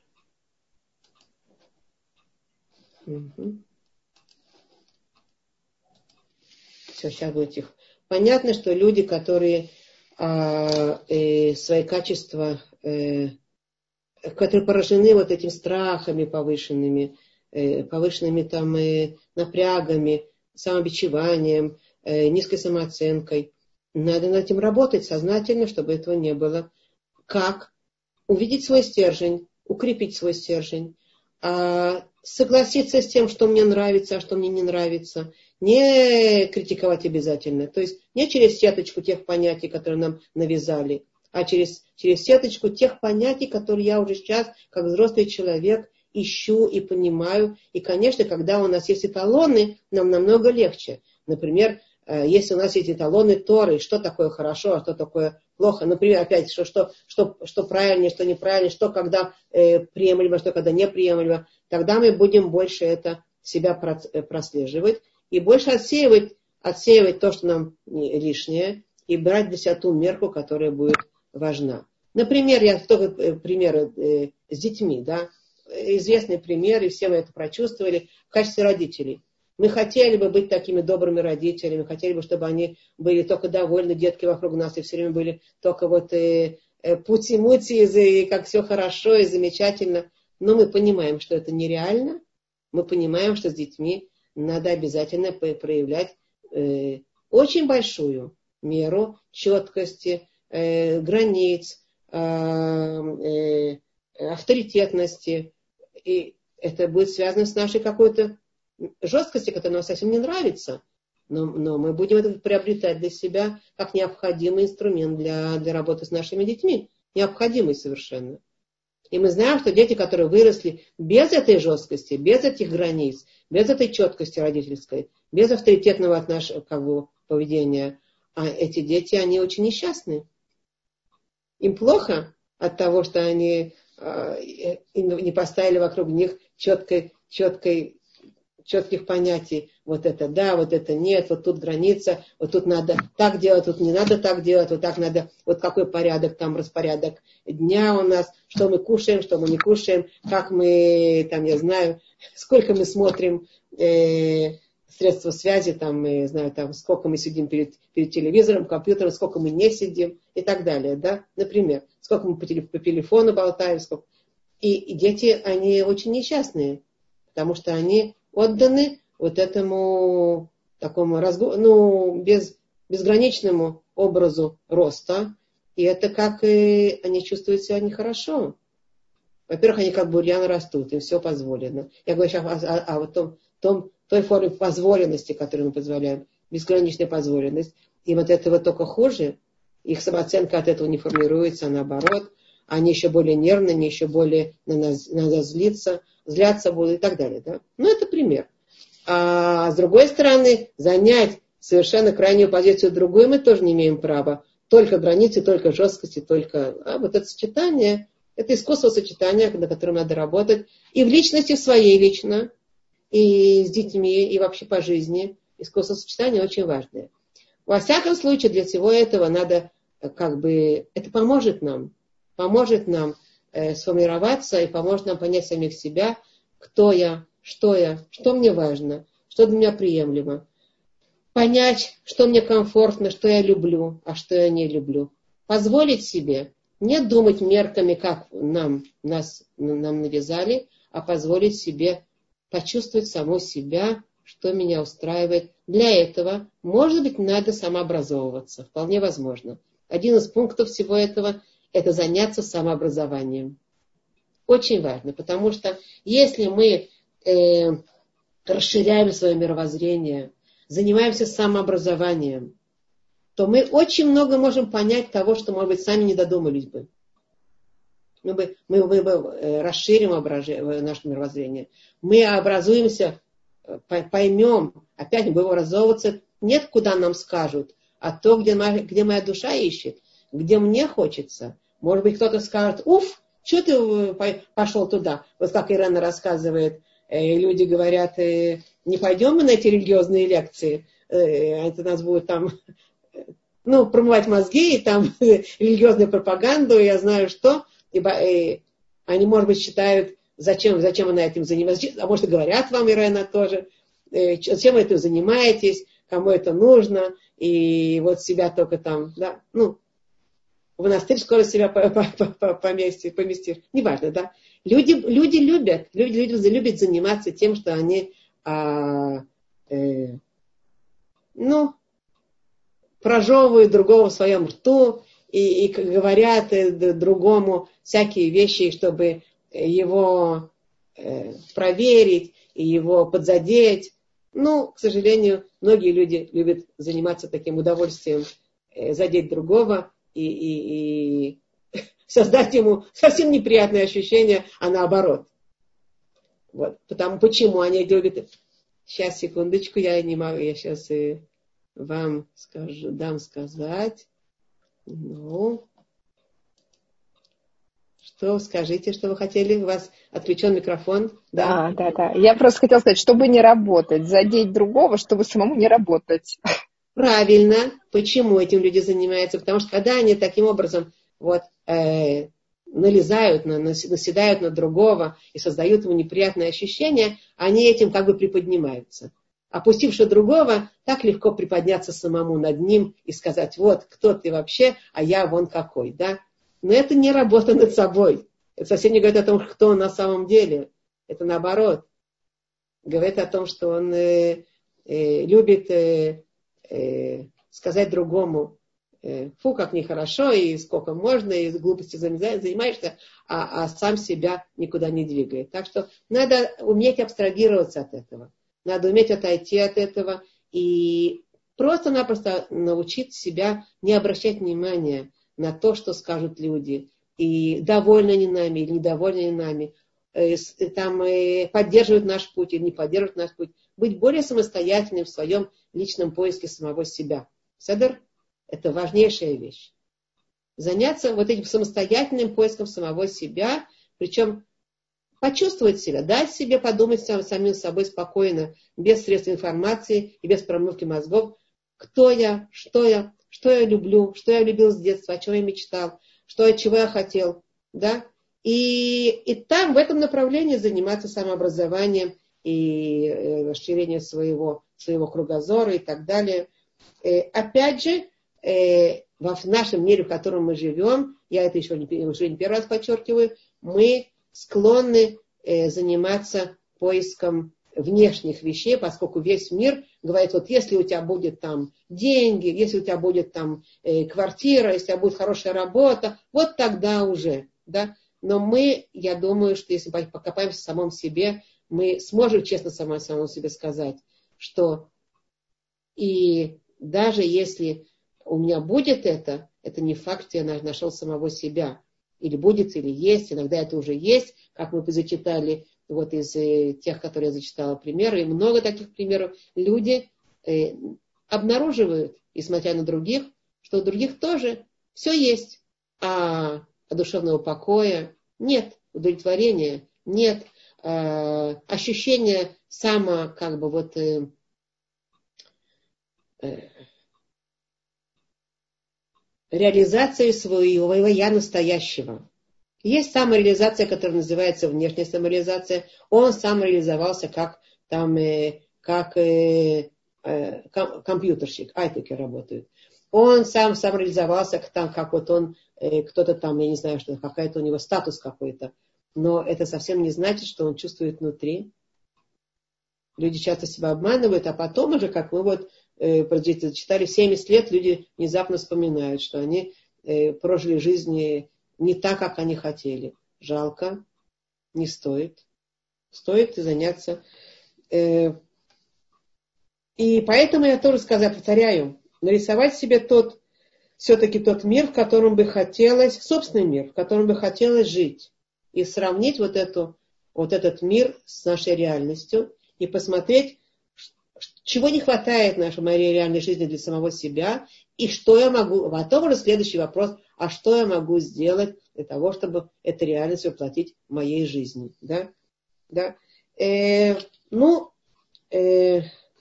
Угу. Все, сейчас будет тихо. Понятно, что люди, которые а, э, свои качества, э, которые поражены вот этими страхами повышенными, повышенными там э, напрягами, самобичеванием, э, низкой самооценкой. Надо над этим работать сознательно, чтобы этого не было. Как? Увидеть свой стержень, укрепить свой стержень, а согласиться с тем, что мне нравится, а что мне не нравится. Не критиковать обязательно. То есть не через сеточку тех понятий, которые нам навязали, а через, через сеточку тех понятий, которые я уже сейчас, как взрослый человек, ищу и понимаю. И, конечно, когда у нас есть эталоны, нам намного легче. Например, если у нас есть эталоны Торы, что такое хорошо, а что такое плохо. Например, опять, что, что, что, что правильнее, что неправильнее, что когда э, приемлемо, что когда неприемлемо. Тогда мы будем больше это себя прослеживать и больше отсеивать, отсеивать то, что нам лишнее, и брать для себя ту мерку, которая будет важна. Например, я только примеры э, с детьми, да, известный пример, и все мы это прочувствовали в качестве родителей. Мы хотели бы быть такими добрыми родителями, хотели бы, чтобы они были только довольны, детки вокруг нас, и все время были только вот э, э, пути-мути, и как все хорошо и замечательно. Но мы понимаем, что это нереально. Мы понимаем, что с детьми надо обязательно проявлять э, очень большую меру четкости, э, границ, э, э, авторитетности. И это будет связано с нашей какой-то жесткостью, которая нам совсем не нравится. Но, но мы будем это приобретать для себя как необходимый инструмент для, для работы с нашими детьми. Необходимый совершенно. И мы знаем, что дети, которые выросли без этой жесткости, без этих границ, без этой четкости родительской, без авторитетного отношения, как бы, поведения, а эти дети, они очень несчастны. Им плохо от того, что они э, не поставили вокруг них четкой, четкой, четких понятий. Вот это да, вот это нет, вот тут граница, вот тут надо так делать, тут не надо так делать, вот так надо, вот какой порядок, там распорядок дня у нас, что мы кушаем, что мы не кушаем, как мы, там, я знаю, сколько мы смотрим э, средства связи, там, я знаю, там, сколько мы сидим перед, перед телевизором, компьютером, сколько мы не сидим и так далее, да, например, сколько мы по, телеф- по телефону болтаем, сколько... И, и дети, они очень несчастные, потому что они отданы вот этому такому разго... ну, без, безграничному образу роста. И это как и они чувствуют себя нехорошо. Во-первых, они как бурьяны растут, им все позволено. Я говорю сейчас о, о, о вот том, том, той форме позволенности, которую мы позволяем, безграничная позволенность. И вот этого только хуже. Их самооценка от этого не формируется, а наоборот. Они еще более нервные, они еще более на нас, на нас злиться, злятся будут и так далее. Да? Ну, это пример. А с другой стороны, занять совершенно крайнюю позицию другой мы тоже не имеем права. Только границы, только жесткости, только... А вот это сочетание, это искусство сочетания, над которым надо работать. И в личности своей лично, и с детьми, и вообще по жизни. Искусство сочетания очень важное. Во всяком случае, для всего этого надо, как бы, это поможет нам. Поможет нам э, сформироваться и поможет нам понять самих себя, кто я, что я, что мне важно, что для меня приемлемо. Понять, что мне комфортно, что я люблю, а что я не люблю. Позволить себе не думать мерками, как нам, нас, нам навязали, а позволить себе почувствовать саму себя, что меня устраивает. Для этого, может быть, надо самообразовываться. Вполне возможно. Один из пунктов всего этого – это заняться самообразованием. Очень важно, потому что если мы э, расширяем свое мировоззрение, занимаемся самообразованием, то мы очень много можем понять того, что, может быть, сами не додумались бы. Мы, бы, мы, мы, мы расширим наше мировоззрение. Мы образуемся, поймем, опять мы будем образовываться, нет, куда нам скажут, а то, где, моя, где моя душа ищет, где мне хочется. Может быть, кто-то скажет, уф, что ты пошел туда? Вот как Ирена рассказывает, люди говорят, не пойдем мы на эти религиозные лекции, это нас будет там, ну, промывать мозги, и там религиозную пропаганду, я знаю что. И они, может быть, считают, зачем, зачем вы на этим занимаетесь, а может, и говорят вам, Ирена, тоже, зачем вы этим занимаетесь, кому это нужно, и вот себя только там, да, ну, в монастырь скоро себя поместишь, поместишь. Неважно, да. Люди, люди любят, люди, люди любят заниматься тем, что они, а, э, ну, прожевывают другого в своем рту и, и говорят другому всякие вещи, чтобы его э, проверить и его подзадеть. Ну, к сожалению, многие люди любят заниматься таким удовольствием, э, задеть другого и, и, и создать ему совсем неприятные ощущения, а наоборот. Вот. Потому, почему они любят... Сейчас, секундочку, я не могу, я сейчас и вам скажу, дам сказать. Ну, что, скажите, что вы хотели? У вас отключен микрофон. Да, а, да, да. Я просто хотела сказать, чтобы не работать, задеть другого, чтобы самому не работать. Правильно. Почему этим люди занимаются? Потому что когда они таким образом вот, э, налезают, на, наседают на другого и создают ему неприятные ощущения, они этим как бы приподнимаются. Опустивши другого, так легко приподняться самому над ним и сказать, вот, кто ты вообще, а я вон какой, да? Но это не работа над собой. Это совсем не говорит о том, кто он на самом деле. Это наоборот. Говорит о том, что он э, э, любит э, э, сказать другому, э, фу, как нехорошо, и сколько можно, и глупостью занимаешься, а, а сам себя никуда не двигает. Так что надо уметь абстрагироваться от этого. Надо уметь отойти от этого и просто-напросто научить себя не обращать внимания на то, что скажут люди. И довольны они нами, или недовольны они нами. Там поддерживают наш путь или не поддерживают наш путь. Быть более самостоятельным в своем личном поиске самого себя. Седер – это важнейшая вещь. Заняться вот этим самостоятельным поиском самого себя, причем почувствовать себя, дать себе подумать сам, самим собой спокойно, без средств информации и без промывки мозгов, кто я, что я, что я люблю, что я любил с детства, о чем я мечтал, что, чего я хотел, да, и, и там, в этом направлении заниматься самообразованием и э, расширением своего, своего кругозора и так далее. Э, опять же, э, в нашем мире, в котором мы живем, я это еще не, уже не первый раз подчеркиваю, мы склонны э, заниматься поиском внешних вещей, поскольку весь мир говорит, вот если у тебя будет там деньги, если у тебя будет там э, квартира, если у тебя будет хорошая работа, вот тогда уже, да. Но мы, я думаю, что если покопаемся в самом себе, мы сможем честно самому, самому себе сказать, что и даже если у меня будет это, это не факт, что я нашел самого себя. Или будет, или есть, иногда это уже есть, как мы зачитали вот из э, тех, которые я зачитала примеры, и много таких примеров, люди э, обнаруживают, несмотря на других, что у других тоже все есть, а, а душевного покоя нет, удовлетворения нет, э, ощущения само, как бы вот э, э, реализации своего я настоящего. Есть самореализация, которая называется внешняя самореализация. Он сам реализовался как там, э, как э, э, ком- компьютерщик, айтеки работают. Он сам самореализовался там, как вот он, э, кто-то там, я не знаю, что какая-то у него статус какой-то. Но это совсем не значит, что он чувствует внутри. Люди часто себя обманывают, а потом уже, как мы вот э, читали, в семьдесят лет люди внезапно вспоминают, что они э, прожили жизнь не так, как они хотели. Жалко, не стоит. Стоит заняться. Э, и поэтому я тоже сказала, повторяю, нарисовать себе тот, все-таки тот мир, в котором бы хотелось, собственный мир, в котором бы хотелось жить. И сравнить вот, эту, вот этот мир с нашей реальностью и посмотреть, чего не хватает нашей моей реальной жизни для самого себя, и что я могу, потом уже следующий вопрос, а что я могу сделать для того, чтобы эту реальность воплотить в моей жизни. Да? Да? Э, ну, э,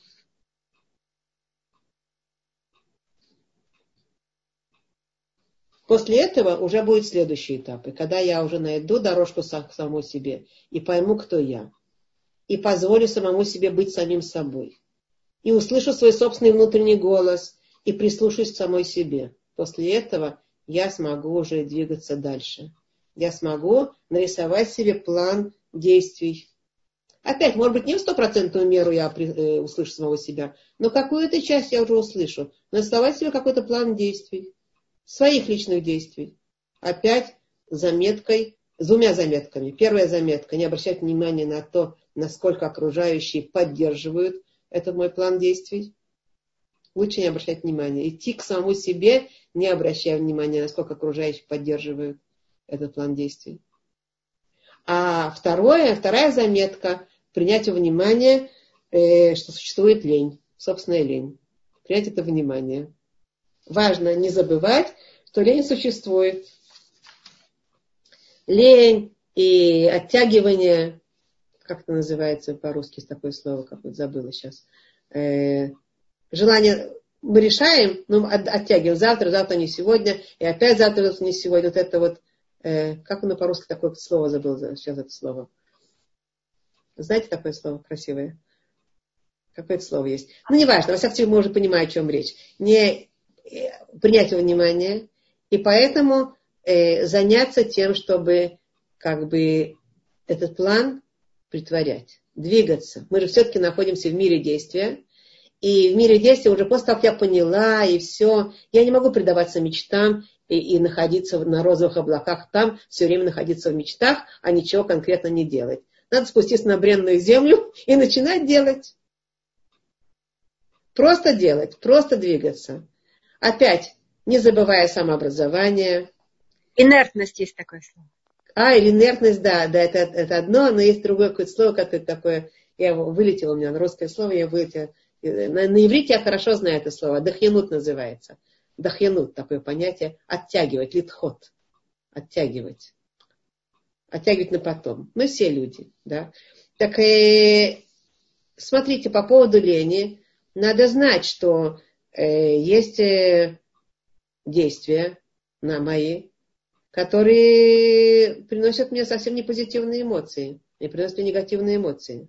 после этого уже будет следующий этап, и когда я уже найду дорожку к самому себе и пойму, кто я, и позволю самому себе быть самим собой, и услышу свой собственный внутренний голос, и прислушаюсь к самой себе. После этого я смогу уже двигаться дальше. Я смогу нарисовать себе план действий. Опять, может быть, не в стопроцентную меру я э, услышу самого себя, но какую-то часть я уже услышу. Нарисовать себе какой-то план действий. Своих личных действий. Опять заметкой, с двумя заметками. Первая заметка, не обращать внимания на то, насколько окружающие поддерживают этот мой план действий. Лучше не обращать внимания. Идти к самому себе, не обращая внимания, насколько окружающие поддерживают этот план действий. А второе, вторая заметка, принять во внимание, э, что существует лень, собственная лень. Принять это внимание. Важно не забывать, что лень существует. Лень и оттягивание, как это называется по-русски, есть такое слово, как вот забыла сейчас. Э, желание мы решаем, но оттягиваем завтра, завтра не сегодня, и опять завтра, завтра не сегодня. Вот это вот, э, как оно по-русски такое слово забыл сейчас это слово. Знаете такое слово красивое? Какое-то слово есть. Ну, неважно, во всяком случае, мы уже понимаем, о чем речь. Не принять во внимание, и поэтому э, заняться тем, чтобы как бы этот план притворять, двигаться. Мы же все-таки находимся в мире действия, и в мире действия уже после того, как я поняла, и все, я не могу предаваться мечтам и, и находиться на розовых облаках там, все время находиться в мечтах, а ничего конкретно не делать. Надо спуститься на бренную землю и начинать делать. Просто делать, просто двигаться. Опять, не забывая самообразование. Инертность есть такое слово. А, или инертность, да, да, это, это одно, но есть другое какое-то слово, которое такое, я его вылетела у меня на русское слово, я вылетела. На, на иврите я хорошо знаю это слово, дахьянут называется. Дахьянут, такое понятие, оттягивать, литхот, оттягивать. Оттягивать на потом. Мы все люди, да. Так, э, смотрите, по поводу лени, надо знать, что э, есть э, действия на мои, которые приносят мне совсем не позитивные эмоции, не приносят мне негативные эмоции.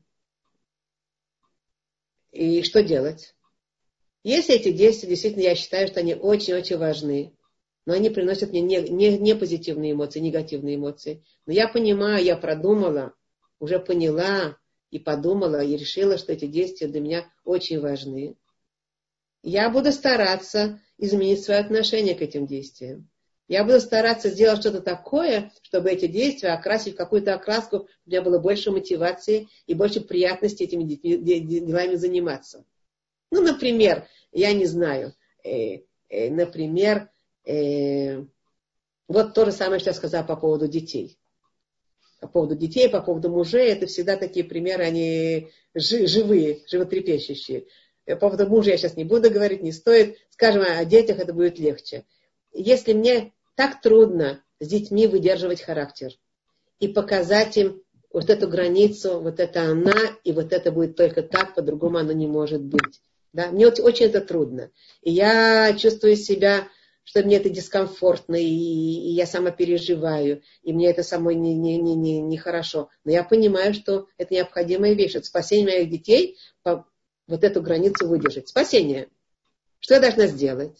И что делать? Если эти действия, действительно, я считаю, что они очень-очень важны, но они приносят мне не, не, не позитивные эмоции, негативные эмоции. Но я понимаю, я продумала, уже поняла и подумала, и решила, что эти действия для меня очень важны. Я буду стараться изменить свое отношение к этим действиям. Я буду стараться сделать что-то такое, чтобы эти действия окрасить в какую-то окраску, чтобы у меня было больше мотивации и больше приятности этими делами заниматься. Ну, например, я не знаю, э, э, например, э, вот то же самое, что я сказала по поводу детей. по поводу детей, по поводу мужей, это всегда такие примеры, они живые, животрепещущие. По поводу мужа я сейчас не буду говорить, не стоит. Скажем, о детях это будет легче. Если мне так трудно с детьми выдерживать характер и показать им вот эту границу, вот это она, и вот это будет только так, по-другому оно не может быть. Да? Мне очень это трудно. И я чувствую себя, что мне это дискомфортно, и, и я сама переживаю, и мне это самой не, не, не, не, не хорошо. Но я понимаю, что это необходимая вещь. Это спасение моих детей, по, вот эту границу выдержать. Спасение. Что я должна сделать?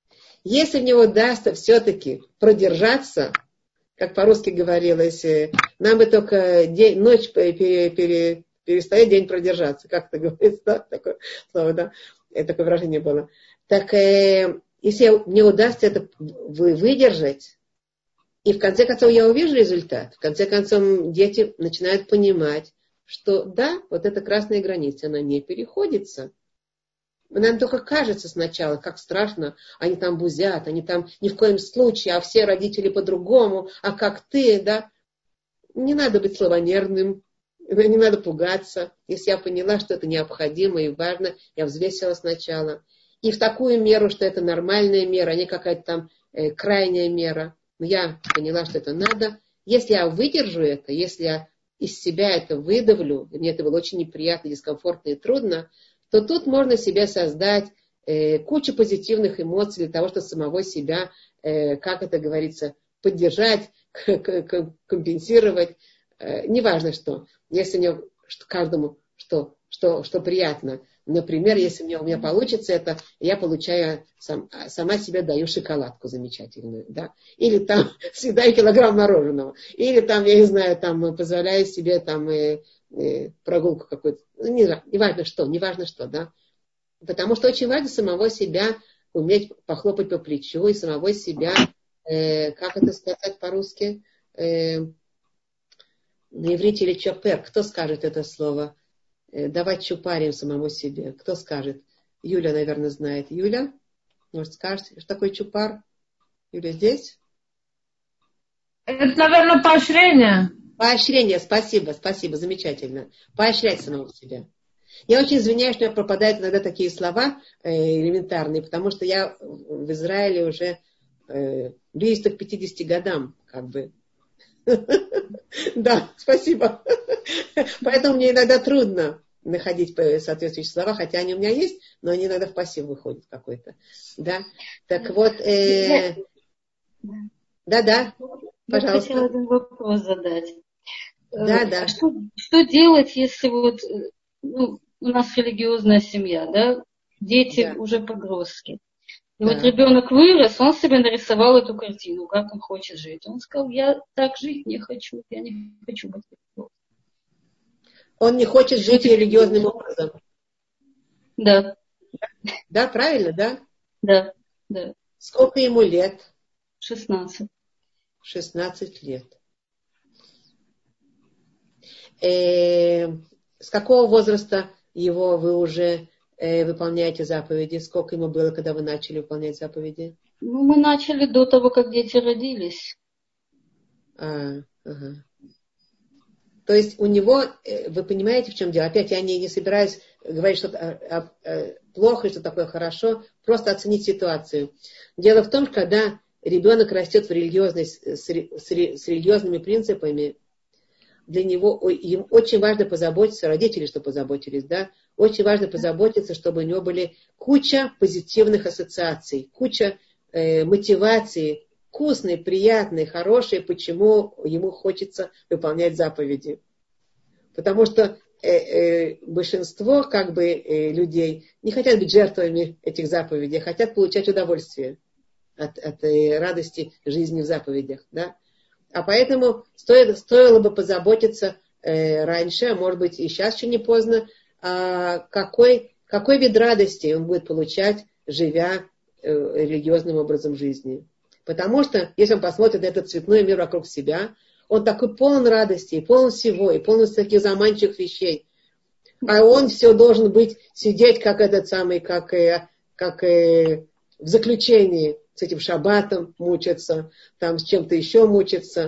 Если мне удастся все-таки продержаться, как по-русски говорилось, нам бы только день, ночь пере, пере, перестоять, день продержаться. Как это говорится, да? Такое слово, да? Это такое выражение было. Так, э, если я, мне удастся это выдержать, и в конце концов я увижу результат, в конце концов дети начинают понимать, что да, вот эта красная граница, она не переходится. Нам только кажется сначала, как страшно, они там бузят, они там ни в коем случае, а все родители по-другому, а как ты, да. Не надо быть слабонервным, не надо пугаться. Если я поняла, что это необходимо и важно, я взвесила сначала. И в такую меру, что это нормальная мера, а не какая-то там э, крайняя мера. Но я поняла, что это надо. Если я выдержу это, если я из себя это выдавлю, и мне это было очень неприятно, дискомфортно и трудно, то тут можно себе создать э, кучу позитивных эмоций для того, чтобы самого себя, э, как это говорится, поддержать, компенсировать. Э, неважно что. Если мне что, каждому что, что, что приятно. Например, если мне, у меня получится это, я получаю, сам, сама себе даю шоколадку замечательную. Да? Или там съедаю килограмм мороженого. Или там, я не знаю, там позволяю себе там... Э, прогулку какую-то, ну, не, не важно что, не важно что, да. Потому что очень важно самого себя уметь похлопать по плечу и самого себя, э, как это сказать по-русски, э, на иврите или чопер, кто скажет это слово? Э, давать чупарем самому себе, кто скажет? Юля, наверное, знает. Юля, может, скажет, что такое чупар? Юля здесь? Это, наверное, поощрение. Поощрение, спасибо, спасибо, замечательно. Поощрять самого себя. Я очень извиняюсь, что у меня пропадают иногда такие слова э, элементарные, потому что я в Израиле уже э, близко к пятидесяти годам, как бы. Да, спасибо. Поэтому мне иногда трудно находить соответствующие слова, хотя они у меня есть, но они иногда в пассив выходят какой-то. Да, так вот. Да-да, пожалуйста. Я хотела один вопрос задать. Да, да. А что, что делать, если вот ну, у нас религиозная семья, да? Дети да. уже подростки. И да. вот ребенок вырос, он себе нарисовал эту картину, как он хочет жить. Он сказал, я так жить не хочу, я не хочу быть религиозным. Он не хочет жить религиозным образом. Да. Да, правильно, да? Да, да. Сколько ему лет? Шестнадцать. Шестнадцать лет. Э, с какого возраста его вы уже э, выполняете заповеди? Сколько ему было, когда вы начали выполнять заповеди? Ну, мы начали до того, как дети родились. А, ага. То есть у него, э, вы понимаете, в чем дело? Опять я не, не собираюсь говорить что-то а, а, плохо, что такое хорошо, просто оценить ситуацию. Дело в том, что когда ребенок растет в религиозной, с, с, с религиозными принципами, для него им очень важно позаботиться, родители, что позаботились, да, очень важно позаботиться, чтобы у него были куча позитивных ассоциаций, куча э, мотиваций, вкусные, приятные, хорошие, почему ему хочется выполнять заповеди. Потому что э, э, большинство как бы э, людей не хотят быть жертвами этих заповедей, а хотят получать удовольствие от, от э, радости жизни в заповедях, да. А поэтому стоит, стоило бы позаботиться э, раньше, а может быть и сейчас еще не поздно, а какой, какой вид радости он будет получать, живя э, религиозным образом жизни. Потому что, если он посмотрит на этот цветной мир вокруг себя, он такой полон радости, и полон всего, и полон таких заманчивых вещей. А он все должен быть, сидеть как этот самый, как, э, как э, в заключении, с этим шаббатом мучиться, там с чем-то еще мучиться.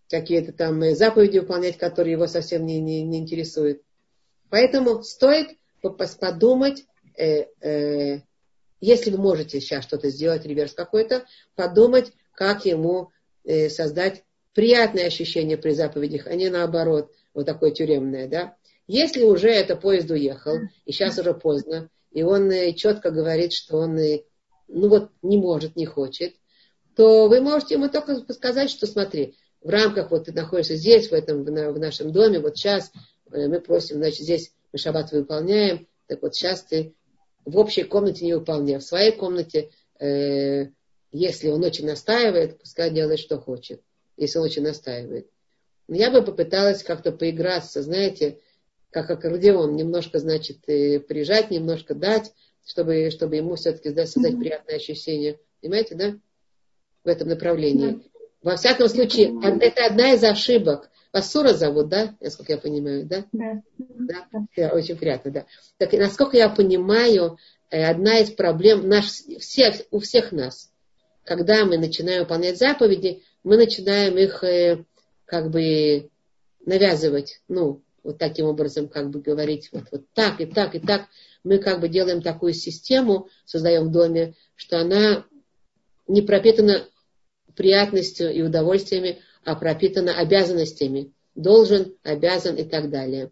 какие-то там заповеди выполнять, которые его совсем не, не, не интересуют. Поэтому стоит подумать, э, э, если вы можете сейчас что-то сделать, реверс какой-то, подумать, как ему э, создать приятное ощущение при заповедях, а не наоборот, вот такое тюремное, да. Если уже это поезд уехал, и сейчас уже поздно, и он э, четко говорит, что он, э, ну вот, не может, не хочет, то вы можете ему только сказать, что смотри, в рамках, вот ты находишься здесь, в этом, в, на, в нашем доме, вот сейчас э, мы просим, значит, здесь мы шаббат выполняем, так вот сейчас ты в общей комнате не выполняй, в своей комнате, э, если он очень настаивает, пускай делает, что хочет, если он очень настаивает. Но я бы попыталась как-то поиграться, знаете, как аккордеон, немножко, значит, э, прижать, немножко дать, чтобы, чтобы ему все-таки да, создать mm-hmm. приятное ощущение. Понимаете, да? В этом направлении. Yeah. Во всяком случае, mm-hmm. это одна из ошибок. Вас Сура зовут, да? Насколько я понимаю, да? Yeah. Да. Да? Очень приятно, да. Так, насколько я понимаю, одна из проблем наш, всех, у всех нас, когда мы начинаем выполнять заповеди, мы начинаем их э, как бы навязывать, ну, вот таким образом, как бы говорить, вот, вот так и так и так. Мы как бы делаем такую систему, создаем в доме, что она не пропитана приятностью и удовольствиями, а пропитана обязанностями. Должен, обязан и так далее.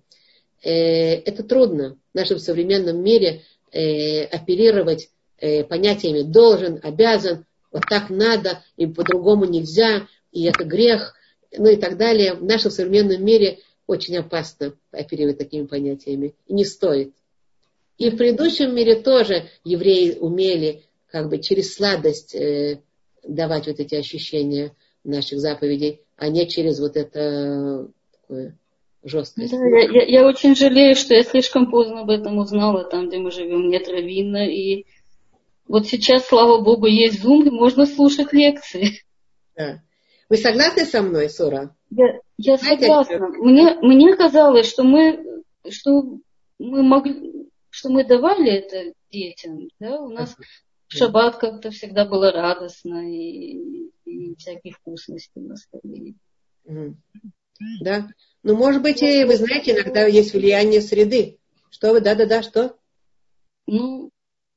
Э, это трудно в нашем современном мире э, оперировать э, понятиями должен, обязан, вот так надо, и по-другому нельзя, и это грех, ну и так далее. В нашем современном мире очень опасно оперировать такими понятиями. И не стоит. И в предыдущем мире тоже евреи умели как бы через сладость э, давать вот эти ощущения наших заповедей, а не через вот это такое жесткость. Да, я, я, я очень жалею, что я слишком поздно об этом узнала, там, где мы живем, нет раввина. И вот сейчас, слава Богу, есть Zoom, и можно слушать лекции. Да. Вы согласны со мной, Сура? Я, я согласна. Мне, мне казалось, что мы, что мы могли, что мы давали это детям. Да? У нас в шаббат как-то всегда было радостно и, и всякие вкусности на столе. Да. Ну, может быть, и, вы знаете, иногда есть влияние среды. Что вы, да-да-да, что? Ну,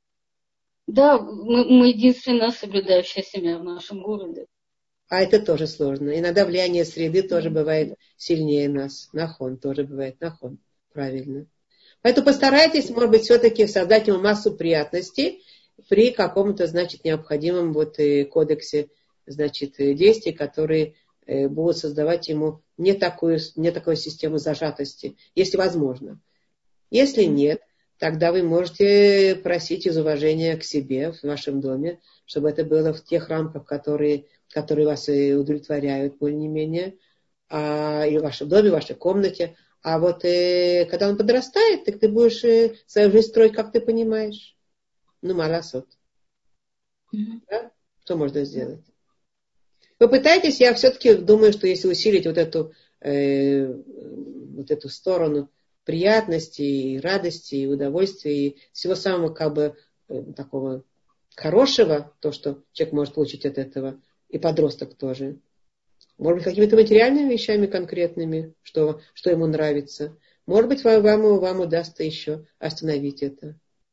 да, мы, мы единственная соблюдающая семья в нашем городе. А это тоже сложно. Иногда влияние среды тоже бывает сильнее нас. Нахон тоже бывает. Нахон. Правильно. Поэтому постарайтесь, может быть, все-таки создать ему массу приятностей при каком-то, значит, необходимом вот кодексе, значит, действий, которые будут создавать ему не такую, не такую систему зажатости, если возможно. Если нет, тогда вы можете просить из уважения к себе в вашем доме, чтобы это было в тех рамках, которые, которые вас удовлетворяют, более-менее, а, и в вашем доме, в вашей комнате. А вот э, когда он подрастает, так ты будешь э, свою жизнь строить, как ты понимаешь. Ну, маласот. Mm-hmm. Да? Что можно сделать? Попытайтесь, я все-таки думаю, что если усилить вот эту, э, вот эту сторону приятности, и радости, и удовольствия, и всего самого как бы э, такого хорошего, то, что человек может получить от этого, и подросток тоже. Может быть, какими-то материальными вещами конкретными, что, что ему нравится. Может быть, вам, вам, вам удастся еще остановить это.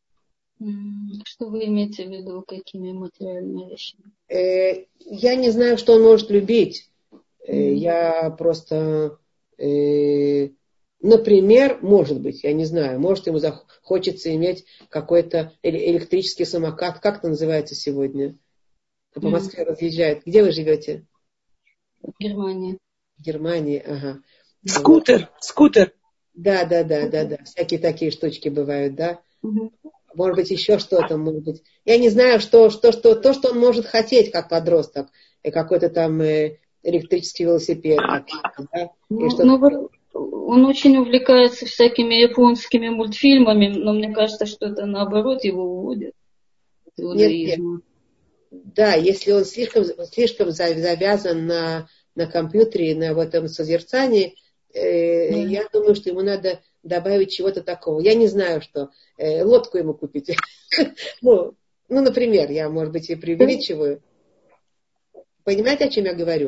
Что вы имеете в виду, какими материальными вещами? Э, я не знаю, что он может любить. Э, mm. Я просто, э, например, может быть, я не знаю, может ему захочется иметь какой-то электрический самокат. Как это называется сегодня? По mm. Москве разъезжает. Где вы живете? В Германии. В Германии, ага. Скутер, вот. скутер. Да, да, да, да, да. Всякие такие штучки бывают, да. Mm-hmm. Может быть, еще что-то, может быть. Я не знаю, что, что, что, то, что он может хотеть, как подросток. И какой-то там э, электрический велосипед. Да? Ну, ну, вот он очень увлекается всякими японскими мультфильмами, но мне кажется, что это наоборот его уводит. Нет, нет. Да, если он слишком, слишком завязан на, на компьютере, на в этом созерцании, э, mm. я думаю, что ему надо добавить чего-то такого. Я не знаю, что. Э, лодку ему купить. ну, ну, например, я, может быть, и преувеличиваю. Понимаете, о чем я говорю?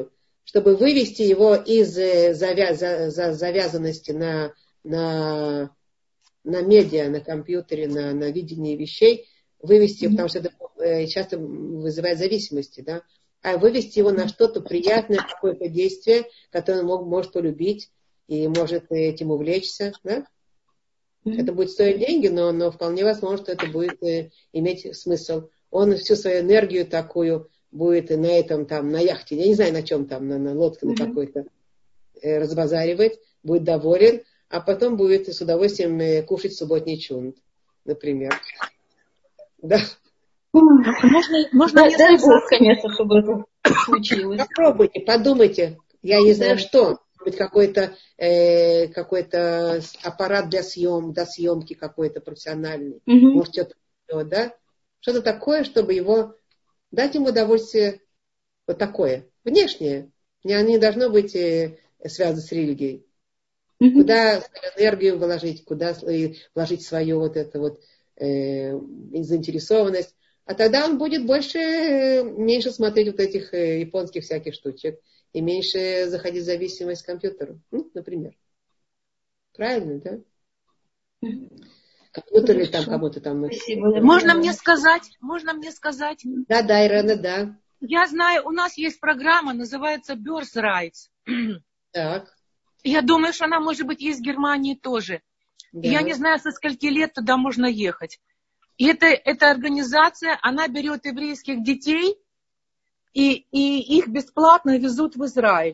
чтобы вывести его из завяз... завязанности на, на, на медиа, на компьютере, на, на видении вещей, вывести, mm-hmm. потому что это часто вызывает зависимости, да, а вывести его на что-то приятное, какое-то действие, которое он мог, может полюбить и может этим увлечься, да. Mm-hmm. Это будет стоить деньги, но, но вполне возможно, что это будет э, иметь смысл. Он всю свою энергию такую будет на этом там, на яхте, я не знаю на чем там, на, на лодке mm-hmm. на какой-то, э, разбазаривать, будет доволен, а потом будет с удовольствием э, кушать субботний чунт, например. Да. Можно, можно да, дай Бог, конечно, чтобы это случилось. Попробуйте, подумайте. Я не знаю, да. что. Быть какой-то, э, какой-то аппарат для съем, для съемки какой-то профессиональный. Mm-hmm. Может, что-то, да? Что-то такое, чтобы его дать ему удовольствие вот такое, внешнее. Не, не должно быть э, связано с религией. Mm-hmm. Куда энергию вложить, куда вложить свою вот эту вот э, заинтересованность. А тогда он будет больше, э, меньше смотреть вот этих э, японских всяких штучек и меньше заходить в зависимость к компьютеру, ну, например. Правильно, да? Mm-hmm. Кому-то ли там, кому-то там. Спасибо. Можно мне сказать? Можно мне сказать? Да, да, Ирена, да. Я знаю, у нас есть программа, называется Birth Rights. Так. Я думаю, что она, может быть, есть в Германии тоже. Да. Я не знаю, со скольки лет туда можно ехать. И это, эта организация, она берет еврейских детей и, и их бесплатно везут в Израиль.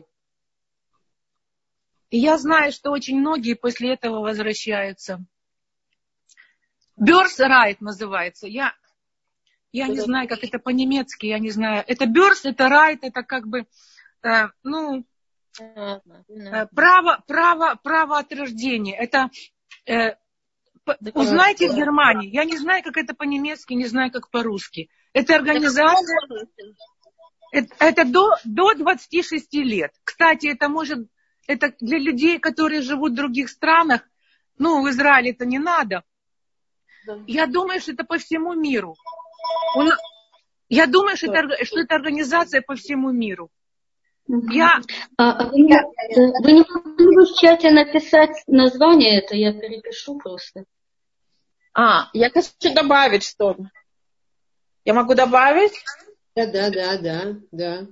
И я знаю, что очень многие после этого возвращаются. Birth Right называется. Я, я не знаю, как это по-немецки, я не знаю. Это birth, это right, это как бы, э, ну, э, право, право, право от рождения. Это э, узнайте в Германии. Я не знаю, как это по-немецки, не знаю, как по-русски. Это организация, это, это до, до двадцати шести лет. Кстати, это может, это для людей, которые живут в других странах, ну, в Израиле это не надо. Я думаю, что это по всему миру. Он, я думаю, что это, что это организация по всему миру. Я, а, вы, я, вы не могли бы в чате написать название это, я перепишу просто. А, я хочу добавить что-то. Я могу добавить? Да, да, да, да, да.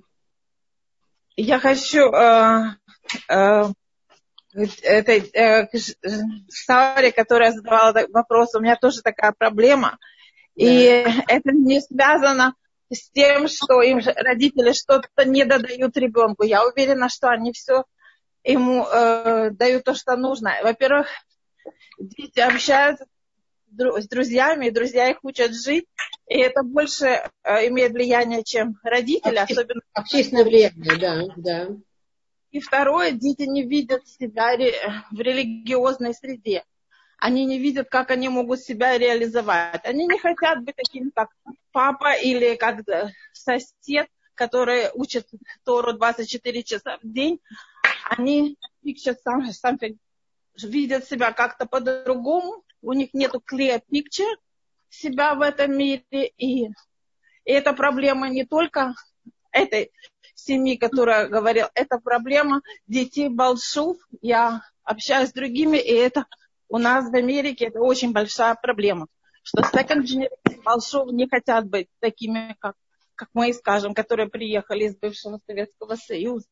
Я хочу... Э, э, этой э, Саре, которая задавала вопрос, у меня тоже такая проблема. Да. И это не связано с тем, что им родители что-то не додают ребенку. Я уверена, что они все ему э, дают то, что нужно. Во-первых, дети общаются с друзьями, и друзья их учат жить. И это больше э, имеет влияние, чем родители. Обще... Особенно... Общественное влияние, да, да. И второе, дети не видят себя в религиозной среде. Они не видят, как они могут себя реализовать. Они не хотят быть такими, как папа или как сосед, который учит Тору двадцать четыре часа в день. Они сам, сам видят себя как-то по-другому. У них нету clear picture себя в этом мире. И, и эта проблема не только этой семьи, которая говорила, это проблема детей Балшув. Я общаюсь с другими, и это у нас в Америке это очень большая проблема, что second generation Балшув не хотят быть такими, как, как мы, скажем, которые приехали из бывшего Советского Союза.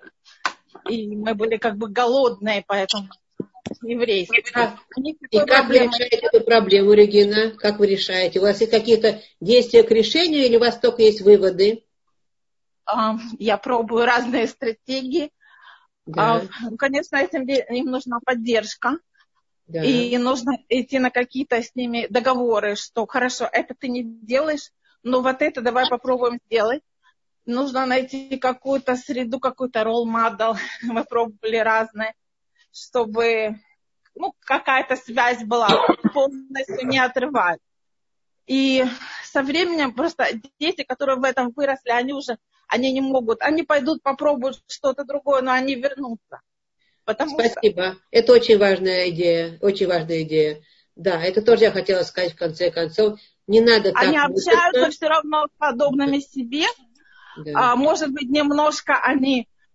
И мы были как бы голодные, поэтому еврейские. И как вы решаете эту проблему, Регина? Как вы решаете? У вас есть какие-то действия к решению или у вас только есть выводы? Я пробую разные стратегии. Да. Конечно, этим им нужна поддержка. Да. И нужно идти на какие-то с ними договоры, что хорошо, это ты не делаешь, но вот это давай попробуем сделать. Нужно найти какую-то среду, какой-то ролл-модел. Мы пробовали разные, чтобы ну, какая-то связь была, полностью не отрывать. И со временем просто дети, которые в этом выросли, они уже они не могут, они пойдут попробуют что-то другое, но они вернутся. Спасибо. Что... Это очень важная идея, очень важная идея. Да, это тоже я хотела сказать в конце концов. Не надо так... Они общаются все равно с подобными себе. Да. А, может быть, немножко они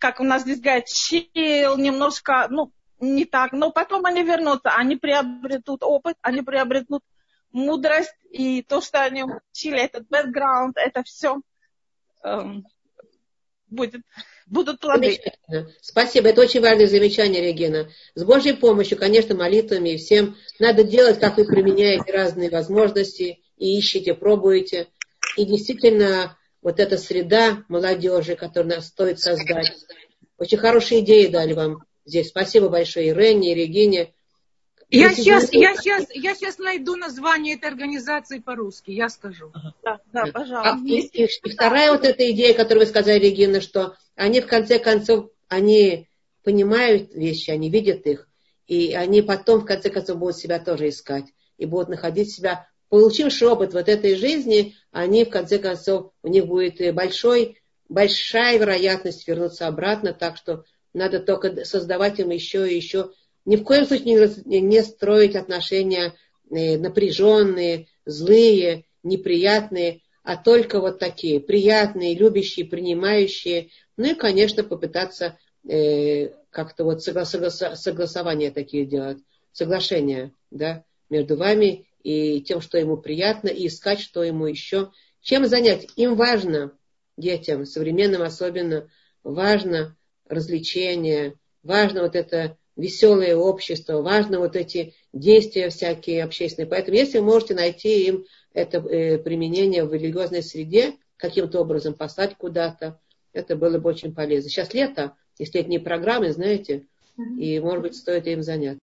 как у нас здесь говорят, чил, немножко, ну, не так. Но потом они вернутся, они приобретут опыт, они приобретут мудрость, и то, что они учили, этот бэкграунд, это все эм, будет, будут плоды. Спасибо, это очень важное замечание, Регина. С Божьей помощью, конечно, молитвами и всем надо делать, как вы применяете разные возможности и ищете, пробуете. И действительно, вот эта среда молодежи, которую нас стоит создать. Очень хорошие идеи дали вам здесь. Спасибо большое и Рене, и Регине. Я сейчас, я, сейчас, я сейчас найду название этой организации по-русски, я скажу. Да, да, пожалуйста. А, и, и, и вторая вот эта идея, которую вы сказали, Регина, что они в конце концов, они понимают вещи, они видят их, и они потом в конце концов будут себя тоже искать, и будут находить себя, получивший опыт вот этой жизни, они в конце концов, у них будет большой, большая вероятность вернуться обратно, так что надо только создавать им еще и еще. Ни в коем случае не, не строить отношения напряженные, злые, неприятные, а только вот такие, приятные, любящие, принимающие. Ну и, конечно, попытаться э, как-то вот согла- согла- согласования такие делать, соглашения, да, между вами и тем, что ему приятно, и искать, что ему еще. Чем занять? Им важно, детям, современным особенно, важно развлечение, важно вот это веселое общество, важно вот эти действия всякие общественные. Поэтому если вы можете найти им это э, применение в религиозной среде, каким-то образом послать куда-то, это было бы очень полезно. Сейчас лето, есть летние программы, знаете, и, может быть, стоит им заняться.